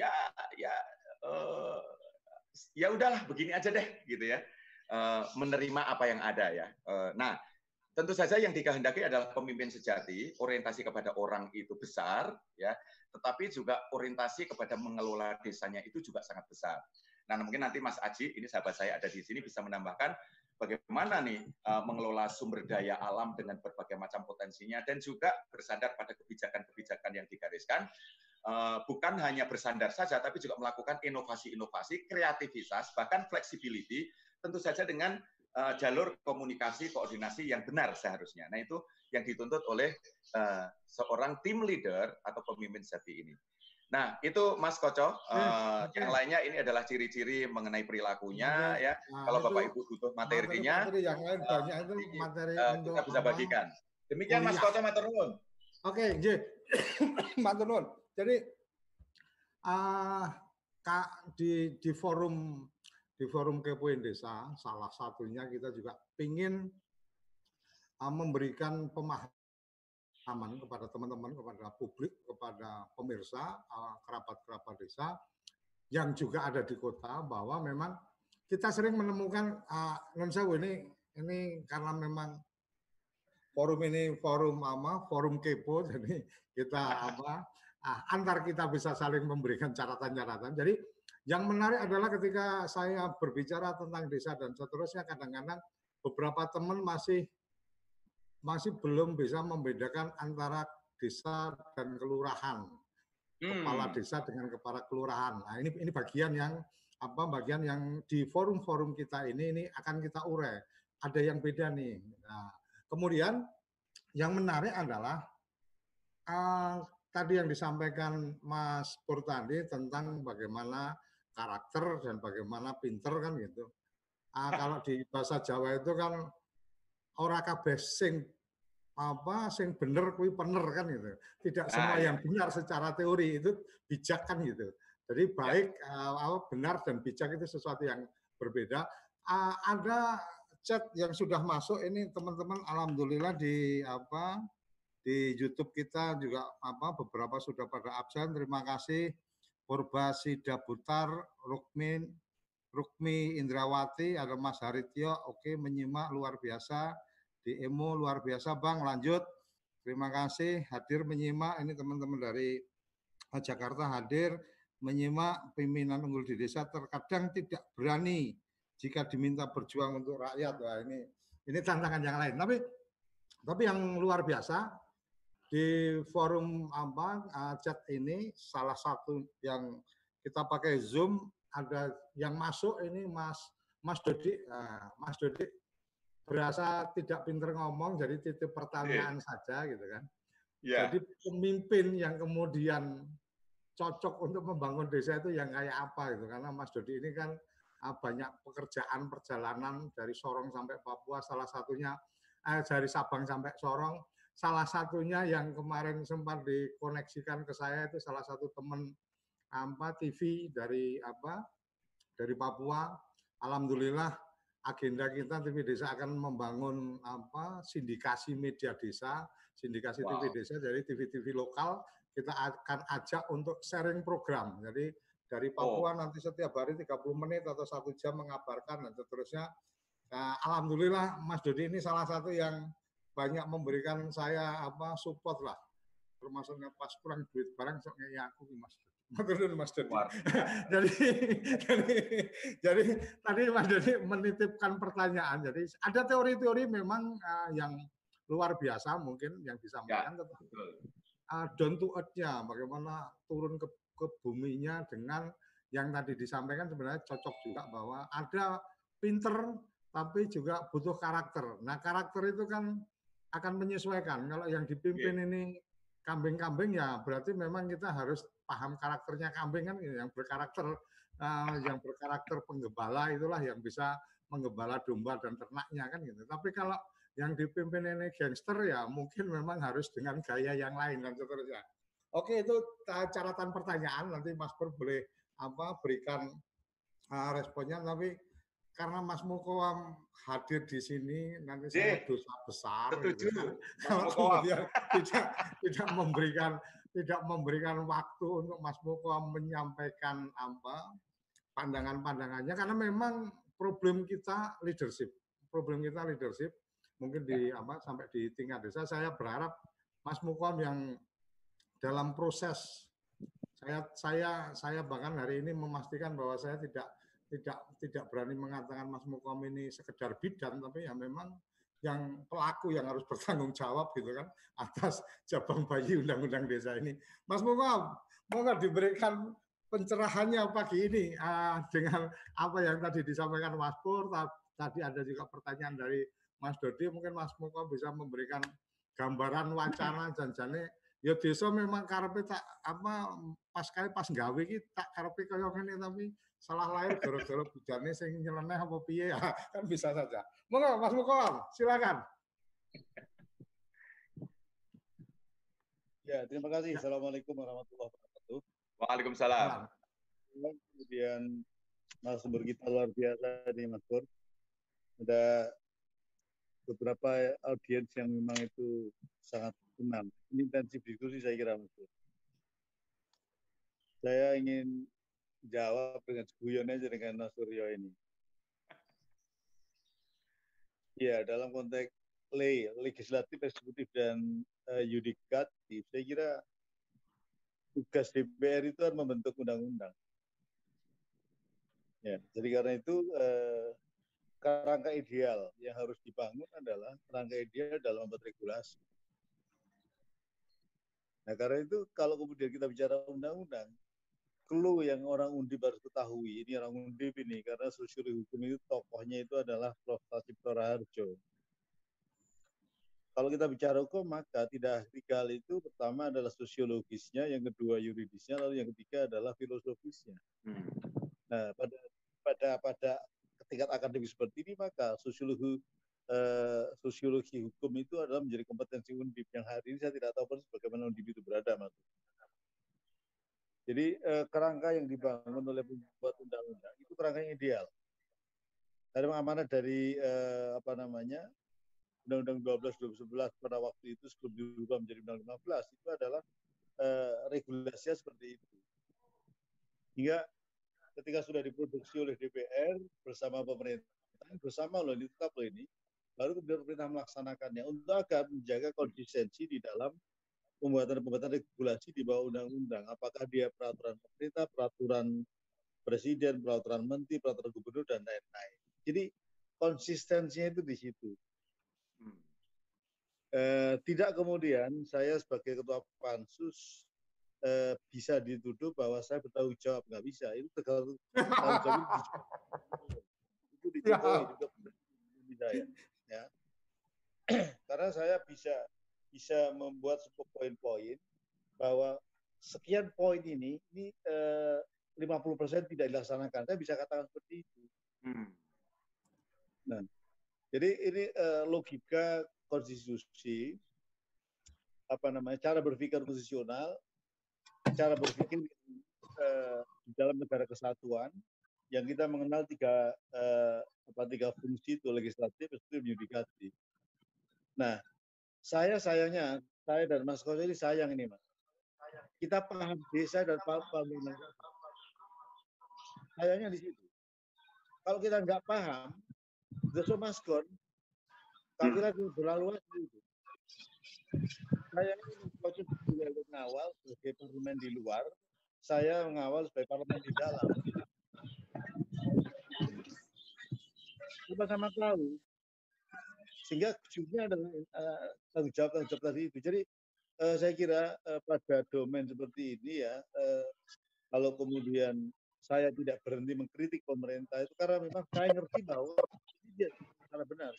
ya udahlah begini aja deh gitu ya, menerima apa yang ada ya. Nah tentu saja yang dikehendaki adalah pemimpin sejati, orientasi kepada orang itu besar ya, tetapi juga orientasi kepada mengelola desanya itu juga sangat besar. Nah mungkin nanti Mas Aji, ini sahabat saya ada di sini, bisa menambahkan bagaimana nih mengelola sumber daya alam dengan berbagai macam potensinya, dan juga bersandar pada kebijakan-kebijakan yang digariskan, bukan hanya bersandar saja, tapi juga melakukan inovasi-inovasi, kreativitas, bahkan flexibility, tentu saja dengan jalur komunikasi, koordinasi yang benar seharusnya. Nah itu yang dituntut oleh seorang team leader atau pemimpin sejati ini. Nah, itu Mas Koco. Yang lainnya ini adalah ciri-ciri mengenai perilakunya ya. Nah, kalau Bapak Ibu butuh materinya, materi yang lain banyak itu materi untuk kita bisa bagikan. Demikian Mas Koco, matur nuwun. Oke, nggih. Matur nuwun. Jadi di forum Kepoin Desa, salah satunya kita juga ingin memberikan pemahaman kepada teman-teman, kepada publik, kepada pemirsa, kerabat-kerabat desa yang juga ada di kota, bahwa memang kita sering menemukan non sewu ini karena memang forum ini forum kepo, jadi kita antar kita bisa saling memberikan catatan-catatan. Jadi yang menarik adalah ketika saya berbicara tentang desa dan seterusnya, kadang-kadang beberapa teman masih belum bisa membedakan antara desa dan kelurahan, kepala desa dengan kepala kelurahan. Nah ini bagian yang bagian yang di forum-forum kita ini akan kita urai. Ada yang beda nih. Nah, kemudian yang menarik adalah tadi yang disampaikan Mas Pur tadi tentang bagaimana karakter dan bagaimana pinter kan gitu. Kalau di bahasa Jawa itu kan ora kabeh sing bener kuwi pener kan gitu. Tidak semua yang benar secara teori itu bijak kan gitu. Jadi baik benar dan bijak itu sesuatu yang berbeda. Ada chat yang sudah masuk ini teman-teman, alhamdulillah di YouTube kita juga beberapa sudah pada absen. Terima kasih Purbasida Butar, Rukmi Indrawati, ada Mas Harityo, oke, menyimak luar biasa. Di Emo luar biasa Bang, lanjut. Terima kasih hadir menyimak, ini teman-teman dari Jakarta hadir menyimak. Pimpinan unggul di desa terkadang tidak berani jika diminta berjuang untuk rakyat. Wah, ini tantangan yang lain. Tapi yang luar biasa di forum chat ini, salah satu yang kita pakai Zoom, ada yang masuk ini Mas Dodi. Mas Dodi berasa tidak pinter ngomong, jadi titip pertanyaan saja gitu kan. Jadi pemimpin yang kemudian cocok untuk membangun desa itu yang kayak apa gitu, karena Mas Dodi ini kan banyak pekerjaan perjalanan dari Sorong sampai Papua, salah satunya dari Sabang sampai Sorong, salah satunya yang kemarin sempat dikoneksikan ke saya itu salah satu teman TV dari Papua. Alhamdulillah agenda kita TV Desa akan membangun sindikasi media desa, sindikasi TV Desa, jadi TV-TV lokal kita akan ajak untuk sharing program. Jadi dari Papua nanti setiap hari 30 menit atau 1 jam mengabarkan dan seterusnya. Nah, alhamdulillah Mas Dodi ini salah satu yang banyak memberikan saya support lah. Termasuknya pas kurang duit barang sok ya aku Mas. Betul Mas Dodi. jadi tadi Mas Dodi menitipkan pertanyaan. Jadi ada teori-teori memang yang luar biasa mungkin yang disampaikan, ya, tetapi down to earth-nya, bagaimana turun ke buminya dengan yang tadi disampaikan sebenarnya cocok juga bahwa ada pinter tapi juga butuh karakter. Nah karakter itu kan akan menyesuaikan. Kalau yang dipimpin ini kambing-kambing ya berarti memang kita harus paham karakternya kambing kan, yang berkarakter penggembala itulah yang bisa menggembala domba dan ternaknya kan gitu. Tapi kalau yang dipimpin ini gangster ya mungkin memang harus dengan gaya yang lain dan seterusnya. Oke, itu catatan pertanyaan, nanti Mas Pur boleh berikan responnya, tapi karena Mas Mukoam hadir di sini nanti saya dosa besar gitu kan. Kalau kemudian tidak memberikan waktu untuk Mas Mukoam menyampaikan pandangan-pandangannya, karena memang problem kita leadership mungkin sampai di tingkat desa. Saya berharap Mas Mukoam yang dalam proses, saya bahkan hari ini memastikan bahwa saya tidak berani mengatakan Mas Mukoam ini sekedar bidan, tapi ya memang yang pelaku yang harus bertanggung jawab gitu kan atas Jabang Bayi Undang-Undang Desa ini. Mas Mukoam, mohon diberikan pencerahannya pagi ini dengan apa yang tadi disampaikan Mas Pur. Tadi ada juga pertanyaan dari Mas Dodi, mungkin Mas Mukoam bisa memberikan gambaran wacana janjane ya desa memang karepe tak pas gawe iki tak karepe kaya ngene, tapi salah lahir gara-gara bidane sing nyeleneh apa piye ya kan bisa saja. Monggo Mas Mukoam, silakan. Ya, terima kasih. Assalamualaikum warahmatullahi wabarakatuh. Waalaikumsalam. Kemudian narasumber kita luar biasa nih Mas Pur. Ada beberapa audiens yang memang itu sangat senang. Ini intensif diskusi saya kira Mas Pur. Saya ingin jawab dengan guyon aja dengan Mas Suryo ini. Ya, dalam konteks legislatif, eksekutif, dan yudikatif, saya kira tugas DPR itu adalah membentuk undang-undang. Ya, jadi karena itu kerangka ideal yang harus dibangun adalah kerangka ideal dalam membuat regulasi. Nah, karena itu kalau kemudian kita bicara undang-undang, clue yang orang Undip harus ketahui, ini orang Undip ini, karena sosiologi hukum itu tokohnya itu adalah Prof. Cipto Raharjo. Kalau kita bicara hukum, maka tidak tiga hal itu, pertama adalah sosiologisnya, yang kedua yuridisnya, lalu yang ketiga adalah filosofisnya. Nah, pada tingkat akademik seperti ini, maka sosiologi hukum itu adalah menjadi kompetensi Undip, yang hari ini saya tidak tahu persis bagaimana Undip itu berada, Mas. Jadi kerangka yang dibangun oleh pembuat undang-undang itu kerangka yang ideal. Ada amanat dari Undang-Undang 12 pada waktu itu sebelum dirubah menjadi Undang-Undang 15 itu adalah regulasinya seperti itu. Hingga ketika sudah diproduksi oleh DPR bersama pemerintah, bersama loh ditetap loh ini, baru kemudian pemerintah melaksanakannya untuk agar menjaga konsistensi di dalam pembuatan regulasi di bawah undang-undang. Apakah dia peraturan pemerintah, peraturan presiden, peraturan menteri, peraturan gubernur, dan lain-lain. Jadi konsistensinya itu di situ. Tidak kemudian saya sebagai ketua pansus bisa dituduh bahwa saya bertanggung jawab. Nggak bisa. Itu tanggung jawab itu dijokowi juga saya. Ya. Karena saya bisa membuat sebuah poin-poin bahwa sekian poin ini 50% tidak dilaksanakan. Saya bisa katakan seperti itu. Nah, jadi ini logika konstitusi, cara berpikir konstitusional, cara berpikir di dalam negara kesatuan yang kita mengenal tiga fungsi itu, legislatif, eksekutif, yudikatif. Nah, saya dan Mas Koso ini sayang ini, Mas. Kita paham desa dan paham bangunan. Sayangnya di situ. Kalau kita nggak paham, Besok maskon, kafilah berlalu itu. Saya ini proses dari awal sebagai parlemen di luar, saya mengawal sebagai parlemen di dalam. Sama-sama tahu. Sehingga ujungnya adalah tanggung jawab tadi itu. Jadi saya kira pada domain seperti ini ya, kalau kemudian saya tidak berhenti mengkritik pemerintah itu karena memang saya ngerti bahwa ini secara benar,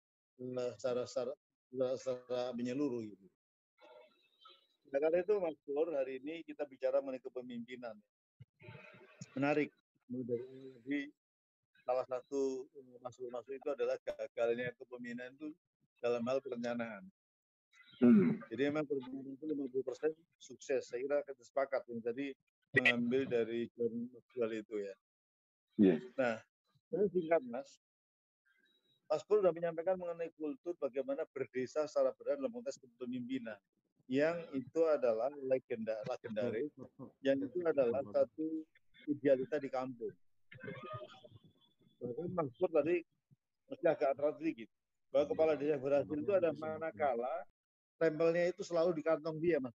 secara menyeluruh gitu. Nah, karena itu Mas Pur, hari ini kita bicara mengenai kepemimpinan. Menarik. Jadi salah satu masuk itu adalah gagalnya kepemimpinan itu dalam hal perencanaan. Jadi memang perencanaan itu 50% sukses. Saya kira kita sepakat. Jadi mengambil dari John Maxwell itu ya. Nah, saya singkat Mas. Mas Pur sudah menyampaikan mengenai kultur bagaimana berdesa secara benar dalam konteks kepemimpinan. Yang itu adalah legendaris, yang itu adalah satu idealita di kampung. Bahkan Mas Pur tadi mesti agak terlalu sedikit. Bahwa kepala desa berhasil itu ada manakala stempelnya itu selalu di kantong dia, Mas.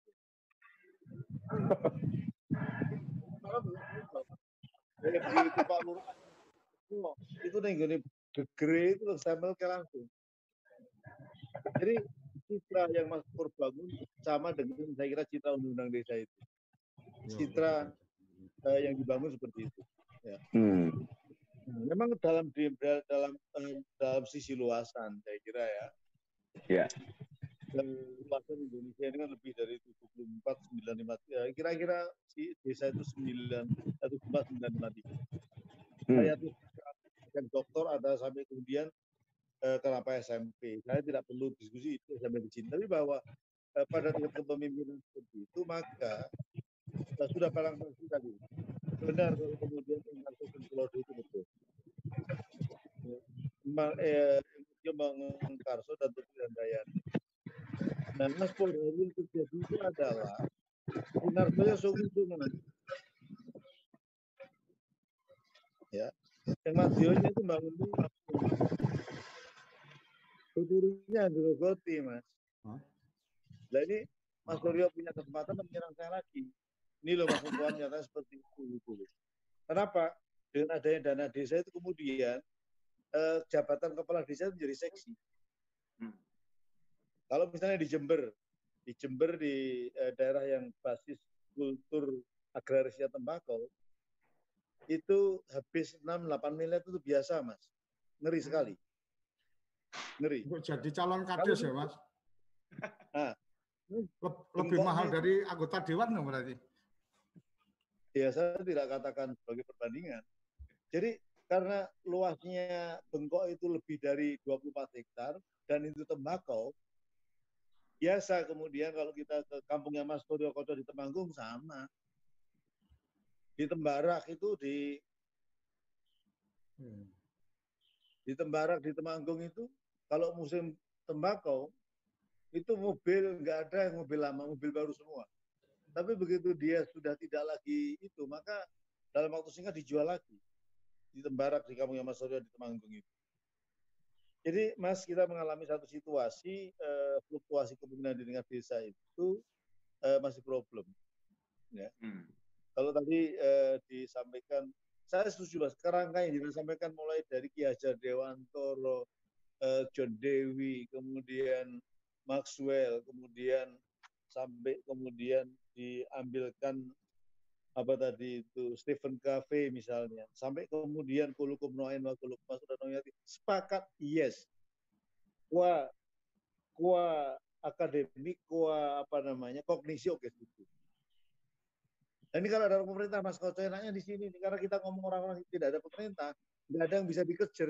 Begitu Pak Lurah, itu nih gini gegere itu stempel ke langsung. Jadi citra yang Mas Pur bangun sama dengan saya kira citra undang-undang desa itu. Citra yang dibangun seperti itu. Ya. Nah, memang dalam sisi luasan saya kira ya. Ya. Dan luasan Indonesia ini kan lebih dari 74, 95, ya, kira-kira si desa itu 9,953. Saya tuh yang dokter ada sampai kemudian kenapa SMP. Saya tidak perlu diskusi itu sampai di sini. Tapi bahwa pada tingkat kepemimpinan seperti itu maka sudah paling pasti tadi benar kalau kemudian Karso Pulau itu betul. Dia bangun Karso dan Tujuan Dayani. Dan Mas Pur, yang terjadi itu adalah Sunarsonya sungguh-sungguh. Ya, yang Mas Dionya itu bangun itu tuturnya dirogoti, Mas. Nah ini Mas Suryo punya kesempatan menyerang saya lagi. Ini loh Mas Puan nyata seperti itu. Kenapa? Dengan adanya dana desa itu kemudian jabatan kepala desa itu menjadi seksi. Kalau misalnya di Jember di daerah yang basis kultur agrarisnya tembakau, itu habis 6-8 miliar itu biasa, Mas. Ngeri sekali. Ngeri. Untuk jadi calon kades ya, Mas? Nah, lebih mahal dari anggota dewan dong berarti? Ya, saya tidak katakan sebagai perbandingan. Jadi karena luasnya Bengkok itu lebih dari 24 hektar dan itu tembakau, biasa kemudian kalau kita ke kampungnya Mas Suryo Koco di Temanggung sama. Di Tembarak itu di Tembarak di Temanggung itu kalau musim tembakau itu mobil nggak ada mobil lama, mobil baru semua. Tapi begitu dia sudah tidak lagi itu, maka dalam waktu singkat dijual lagi di Tembarak di kampungnya Mas Suryo di Temanggung itu. Jadi Mas, kita mengalami satu situasi fluktuasi kepemimpinan di tingkat desa itu masih problem. Ya. Kalau tadi disampaikan, saya setuju Mas, kerangka yang disampaikan mulai dari Ki Hajar Dewantoro, John Dewi, kemudian Maxwell, kemudian sampai kemudian diambilkan apa tadi itu Stephen Covey misalnya, sampai kemudian Kulukum Noain wa Kulukum Masudanoyati, sepakat yes. Kuah akademik, kuah apa namanya kognisi oke itu. Dan ini kalau ada pemerintah Mas Koco enaknya di sini nih, karena kita ngomong orang-orang yang tidak ada pemerintah, nggak ada yang bisa dikejar.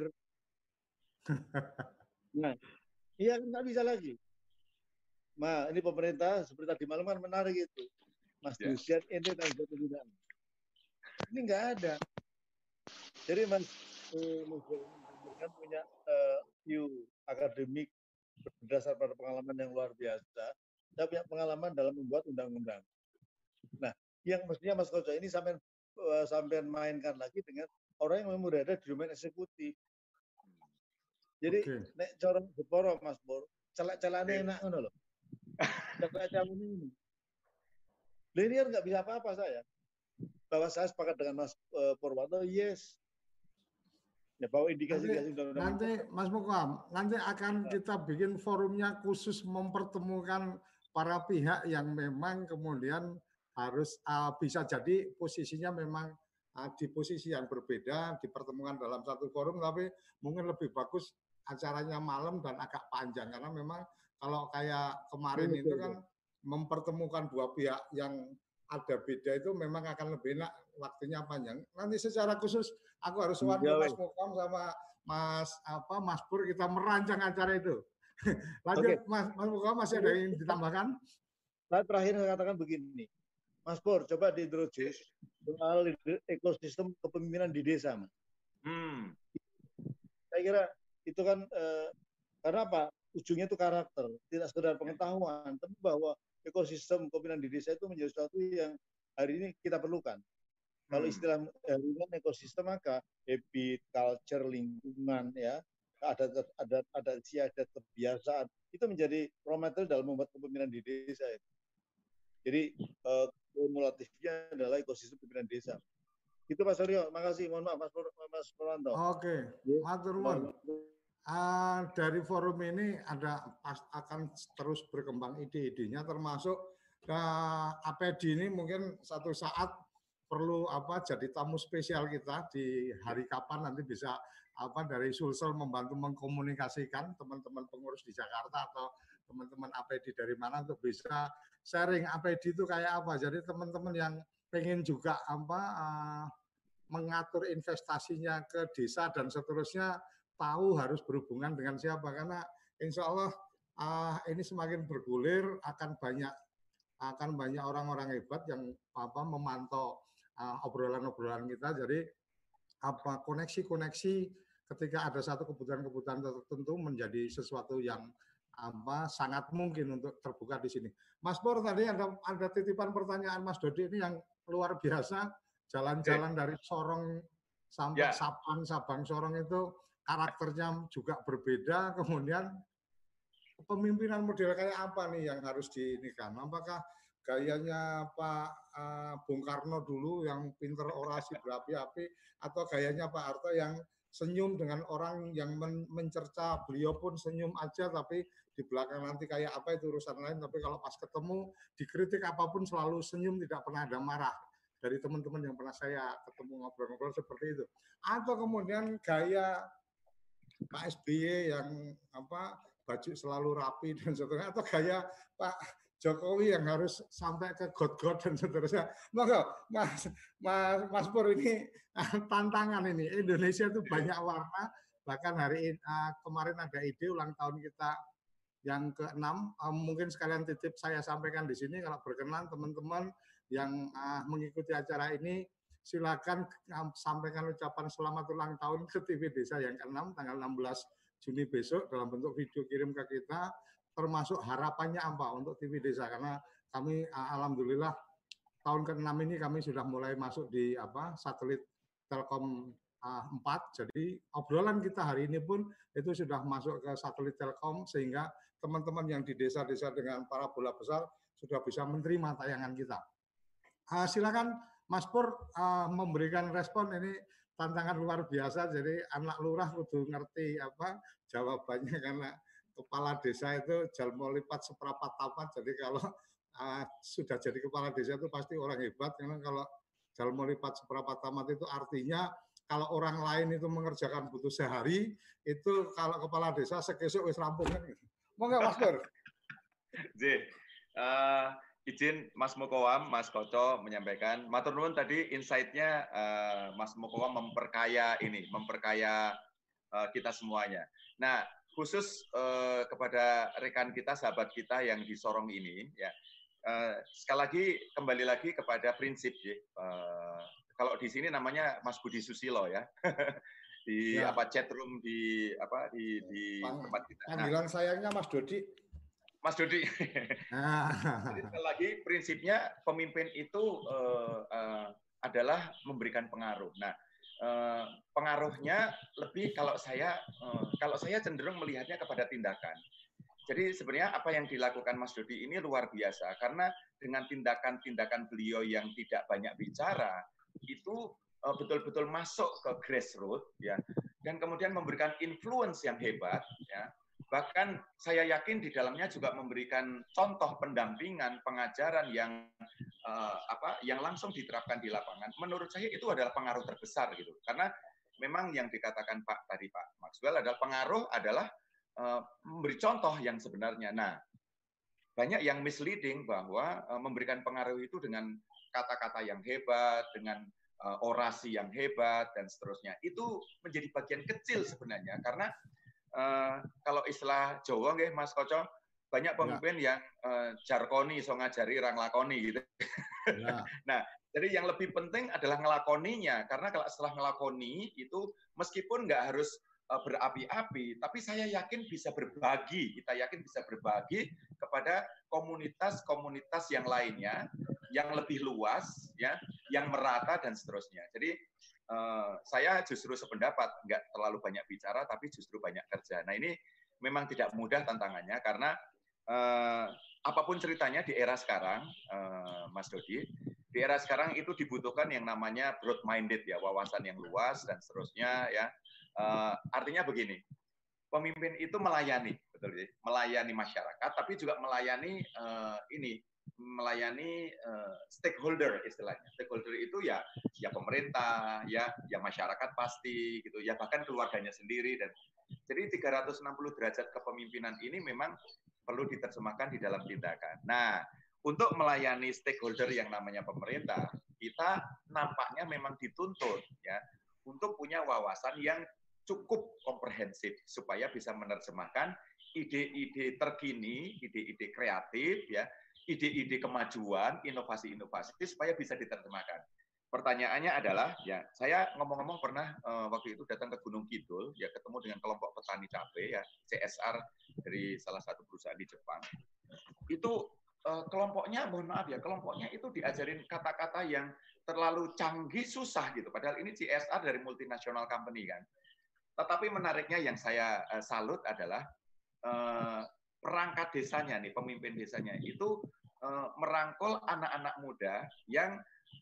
Nah, iya nggak bisa lagi. Nah, ini pemerintah seperti tadi malam kan menarik itu. Mas Dusian ini tanggung jawab pembinaan. Ini nggak ada. Jadi Mas kan punya view akademik berdasar pada pengalaman yang luar biasa. Saya punya pengalaman dalam membuat undang-undang. Nah, yang mestinya Mas Koco ini sampai mainkan lagi dengan orang yang memang berada di domain eksekutif. Jadi nek cara Jepara Mas Pur, celak-celane enak ngono lho. Celak-celane ini. Linear nggak bisa apa-apa saya. Bahwa saya sepakat dengan Mas Purwanto, yes. Ya bahwa indikasi-indikasi nanti Mas Mukam, nanti akan kita bikin forumnya khusus mempertemukan para pihak yang memang kemudian harus bisa jadi posisinya memang di posisi yang berbeda, dipertemukan dalam satu forum, tapi mungkin lebih bagus acaranya malam dan agak panjang karena memang kalau kayak kemarin itu kan mempertemukan dua pihak yang ada beda itu memang akan lebih enak, waktunya panjang. Nanti secara khusus aku harus ke Mas Mukam sama Mas Pur, kita merancang acara itu. Lanjut Mas Mukam, masih ada yang ditambahkan? Saya terakhir mengatakan begini, Mas Pur, coba diintroduce soal ekosistem kepemimpinan di desa, Mas. Saya kira itu kan karena apa? Ujungnya itu karakter, tidak sekedar pengetahuan, tapi bahwa ekosistem kepemimpinan di desa itu menjadi sesuatu yang hari ini kita perlukan. Kalau istilah hari ini ekosistem, maka habit, culture, lingkungan, ya, adat istiadat, kebiasaan, itu menjadi raw material dalam membuat kepemimpinan di desa. Jadi kumulatifnya adalah ekosistem kepemimpinan desa. Itu Mas Suryo, makasih. Mohon maaf Mas Purwanto. Oke, matur nuwun. Dari forum ini akan terus berkembang ide-idenya, termasuk APD ini mungkin satu saat perlu jadi tamu spesial kita di hari kapan, nanti bisa dari Sulsel membantu mengkomunikasikan teman-teman pengurus di Jakarta atau teman-teman APD dari mana untuk bisa sharing APD itu kayak apa. Jadi teman-teman yang pengen juga mengatur investasinya ke desa dan seterusnya, tahu harus berhubungan dengan siapa, karena insya Allah ini semakin bergulir, akan banyak orang-orang hebat yang memantau obrolan-obrolan kita. Jadi koneksi-koneksi ketika ada satu kebutuhan-kebutuhan tertentu menjadi sesuatu yang sangat mungkin untuk terbuka di sini. Mas Pur, tadi ada titipan pertanyaan Mas Dodi ini yang luar biasa, jalan-jalan dari Sorong sampai Sabang Sorong itu karakternya juga berbeda, kemudian kepemimpinan model kayak apa nih yang harus diinikan? Apakah gayanya Pak Bung Karno dulu yang pinter orasi berapi-api, atau gayanya Pak Harto yang senyum dengan orang yang mencerca, beliau pun senyum aja, tapi di belakang nanti kayak apa itu urusan lain, tapi kalau pas ketemu dikritik apapun selalu senyum, tidak pernah ada marah. Dari teman-teman yang pernah saya ketemu ngobrol-ngobrol seperti itu. Atau kemudian gaya Pak SBY yang baju selalu rapi dan seterusnya, atau gaya Pak Jokowi yang harus sampai ke god-god dan seterusnya. Maka Mas Pur, ini tantangan ini. Indonesia itu banyak warna. Bahkan kemarin ada ide ulang tahun kita yang ke-6. Mungkin sekalian titip saya sampaikan di sini, kalau berkenan teman-teman yang mengikuti acara ini, silakan sampaikan ucapan selamat ulang tahun ke TV Desa yang ke-6 tanggal 16 Juni besok dalam bentuk video kirim ke kita, termasuk harapannya apa untuk TV Desa, karena kami alhamdulillah tahun ke-6 ini kami sudah mulai masuk di satelit Telkom 4. Jadi obrolan kita hari ini pun itu sudah masuk ke satelit Telkom, sehingga teman-teman yang di desa-desa dengan parabola besar sudah bisa menerima tayangan kita. Silakan Mas Pur memberikan respon, ini tantangan luar biasa. Jadi anak lurah kudu ngerti jawabannya, karena kepala desa itu jalmo lipat seprapat tapat. Jadi kalau sudah jadi kepala desa itu pasti orang hebat, karena kalau jalmo lipat seprapat tamat itu artinya kalau orang lain itu mengerjakan butuh sehari, itu kalau kepala desa sekesuk wis rampung kan. Monggo Mas Pur. Izin Mas Mukawam, Mas Koco menyampaikan. Matur nuwun tadi insight-nya Mas Mukawam memperkaya kita semuanya. Nah, khusus kepada rekan kita, sahabat kita yang di Sorong ini, ya. Sekali lagi kembali lagi kepada prinsip, ya. Kalau di sini namanya Mas Budi Susilo, ya. Di chat room di tempat kita. Panggilan sayangnya Mas Dodi. Mas Dodi. Jadi sekali lagi prinsipnya pemimpin itu adalah memberikan pengaruh. Nah, pengaruhnya lebih kalau saya cenderung melihatnya kepada tindakan. Jadi sebenarnya apa yang dilakukan Mas Dodi ini luar biasa karena dengan tindakan-tindakan beliau yang tidak banyak bicara itu betul-betul masuk ke grassroots ya, dan kemudian memberikan influence yang hebat ya. Bahkan saya yakin di dalamnya juga memberikan contoh pendampingan, pengajaran yang yang langsung diterapkan di lapangan. Menurut saya itu adalah pengaruh terbesar gitu. Karena memang yang dikatakan Pak Maxwell adalah pengaruh adalah memberi contoh yang sebenarnya. Nah, banyak yang misleading bahwa memberikan pengaruh itu dengan kata-kata yang hebat, dengan orasi yang hebat dan seterusnya. Itu menjadi bagian kecil sebenarnya karena kalau istilah Jawa nggih Mas Koco, banyak pemimpin yang jarkoni so ngajari orang lakoni gitu. Ya. Nah, jadi yang lebih penting adalah ngelakoninya karena kalau setelah ngelakoni itu meskipun nggak harus berapi-api, tapi saya yakin bisa berbagi, kita yakin bisa berbagi kepada komunitas-komunitas yang lainnya, yang lebih luas, ya, yang merata dan seterusnya. Jadi saya justru sependapat, nggak terlalu banyak bicara, tapi justru banyak kerja. Nah ini memang tidak mudah tantangannya karena apapun ceritanya di era sekarang, Mas Dodi, di era sekarang itu dibutuhkan yang namanya broad-minded ya, wawasan yang luas dan seterusnya ya. Artinya begini, pemimpin itu melayani, betul ya, melayani masyarakat, tapi juga melayani melayani stakeholder istilahnya. Stakeholder itu ya pemerintah, ya masyarakat pasti gitu, ya bahkan keluarganya sendiri dan jadi 360 derajat kepemimpinan ini memang perlu diterjemahkan di dalam tindakan. Nah, untuk melayani stakeholder yang namanya pemerintah, kita nampaknya memang dituntut ya untuk punya wawasan yang cukup komprehensif supaya bisa menerjemahkan ide-ide terkini, ide-ide kreatif ya, ide-ide kemajuan, inovasi-inovasi supaya bisa diterjemahkan. Pertanyaannya adalah, ya saya ngomong-ngomong pernah waktu itu datang ke Gunung Kidul, ya ketemu dengan kelompok petani cabai ya, CSR dari salah satu perusahaan di Jepang. Itu kelompoknya, mohon maaf ya, kelompoknya itu diajarin kata-kata yang terlalu canggih, susah gitu. Padahal ini CSR dari multinational company kan. Tetapi menariknya yang saya salut adalah perangkat desanya nih, pemimpin desanya itu merangkul anak-anak muda yang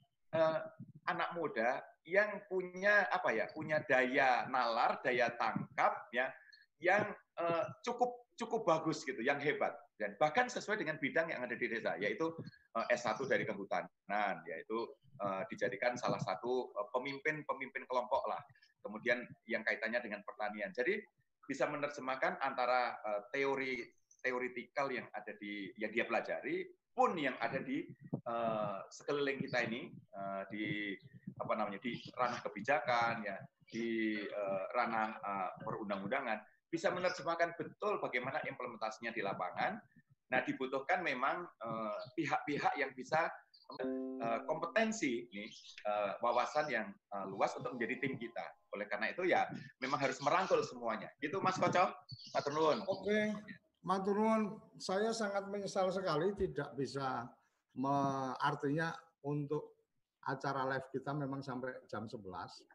punya punya daya nalar, daya tangkap ya, yang cukup bagus gitu, yang hebat dan bahkan sesuai dengan bidang yang ada di desa, yaitu S1 dari kehutanan, yaitu dijadikan salah satu pemimpin kelompok lah. Kemudian yang kaitannya dengan pertanian. Jadi bisa menerjemahkan antara teoritikal yang ada yang dia pelajari pun yang ada di sekeliling kita ini di ranah kebijakan ya, di ranah perundang-undangan, bisa menerjemahkan betul bagaimana implementasinya di lapangan. Nah, dibutuhkan memang pihak-pihak yang bisa kompetensi nih, wawasan yang luas untuk menjadi tim kita. Oleh karena itu ya memang harus merangkul semuanya. Gitu Mas Koco. Matur nuwun. Oke, matur nuwun. Saya sangat menyesal sekali tidak bisa artinya untuk acara live kita memang sampai jam 11.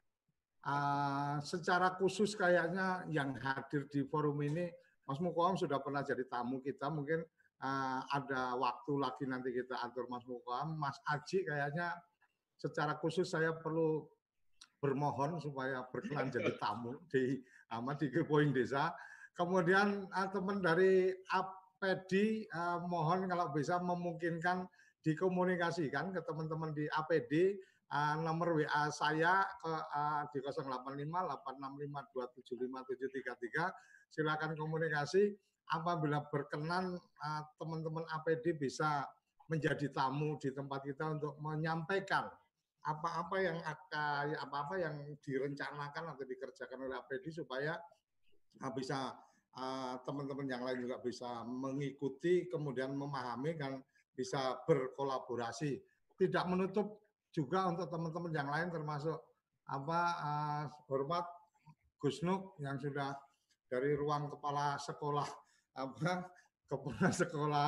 Secara khusus kayaknya yang hadir di forum ini Mas Mukoam sudah pernah jadi tamu kita, mungkin ada waktu lagi nanti kita atur Mas Mukoam. Mas Aji kayaknya secara khusus saya perlu bermohon supaya berkenan jadi tamu di Kepoing Desa. Kemudian teman dari APD mohon kalau bisa memungkinkan dikomunikasikan ke teman-teman di APD. Nomor WA saya di 085-865-275-733. Silakan komunikasi. Apabila berkenan teman-teman APD bisa menjadi tamu di tempat kita untuk menyampaikan apa-apa yang direncanakan atau dikerjakan oleh APD supaya bisa teman-teman yang lain juga bisa mengikuti, kemudian memahami dan bisa berkolaborasi. Tidak menutup juga untuk teman-teman yang lain termasuk hormat Gus Nuk yang sudah dari ruang kepala sekolah kepala sekolah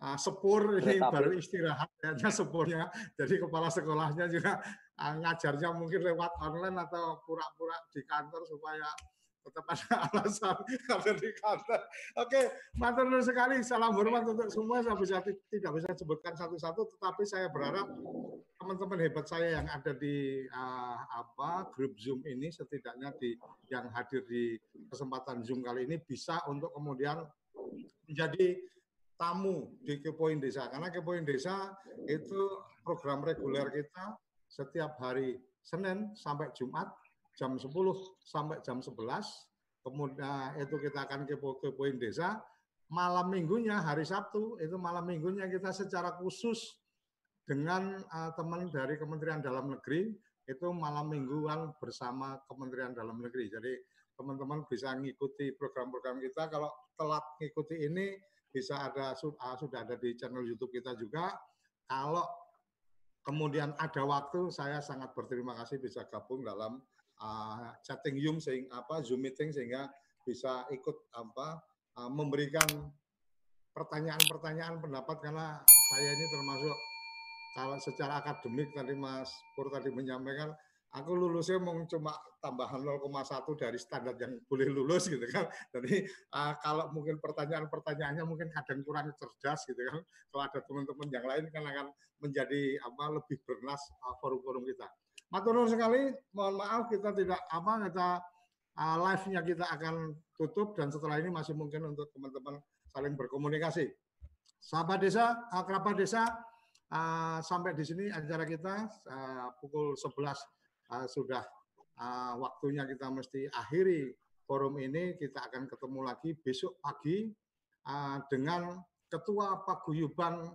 sepur ini baru istirahat kayaknya sepurnya. Jadi kepala sekolahnya juga ngajarnya mungkin lewat online atau pura-pura di kantor supaya tetap ada alasan ada di kantor. Oke, matur nuwun sekali. Salam hormat untuk semua. Saya tidak bisa sebutkan satu-satu, tetapi saya berharap teman-teman hebat saya yang ada di grup Zoom ini, setidaknya yang hadir di kesempatan Zoom kali ini bisa untuk kemudian menjadi tamu di Kepoin Desa. Karena Kepoin Desa itu program reguler kita setiap hari Senin sampai Jumat jam 10 sampai jam 11. Kemudian itu kita akan Kepoin Desa. Malam minggunya hari Sabtu itu malam minggunya kita secara khusus dengan teman dari Kementerian Dalam Negeri, itu malam mingguan bersama Kementerian Dalam Negeri. Jadi teman-teman bisa mengikuti program-program kita. Kalau telat mengikuti ini bisa sudah ada di channel YouTube kita juga. Kalau kemudian ada waktu, saya sangat berterima kasih bisa gabung dalam chatting Zoom meeting sehingga bisa ikut memberikan pertanyaan-pertanyaan pendapat, karena saya ini termasuk kalau secara akademik tadi Mas Pur tadi menyampaikan, aku lulusnya mau cuma tambahan 0,1 dari standar yang boleh lulus gitu kan. Jadi kalau mungkin pertanyaan-pertanyaannya mungkin kadang kurang cerdas gitu kan. Kalau ada teman-teman yang lain kan akan menjadi lebih bernas forum-forum kita. Matur nuwun sekali. Mohon maaf kita tidak live-nya kita akan tutup dan setelah ini masih mungkin untuk teman-teman saling berkomunikasi. Sahabat desa, kerabat desa, sampai di sini acara kita pukul 11 sudah waktunya kita mesti akhiri forum ini. Kita akan ketemu lagi besok pagi dengan Ketua Paguyuban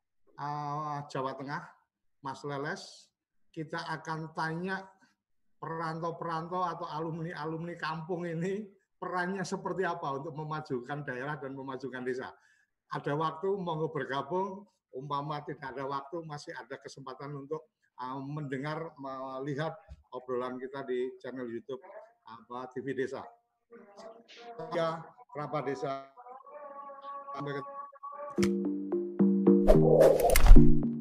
Jawa Tengah, Mas Leles. Kita akan tanya perantau-perantau atau alumni-alumni kampung ini perannya seperti apa untuk memajukan daerah dan memajukan desa. Ada waktu monggo bergabung. Umpama tidak ada waktu, masih ada kesempatan untuk mendengar, melihat obrolan kita di channel YouTube TV Desa. Ya, kerabat desa. Sampai ketemu.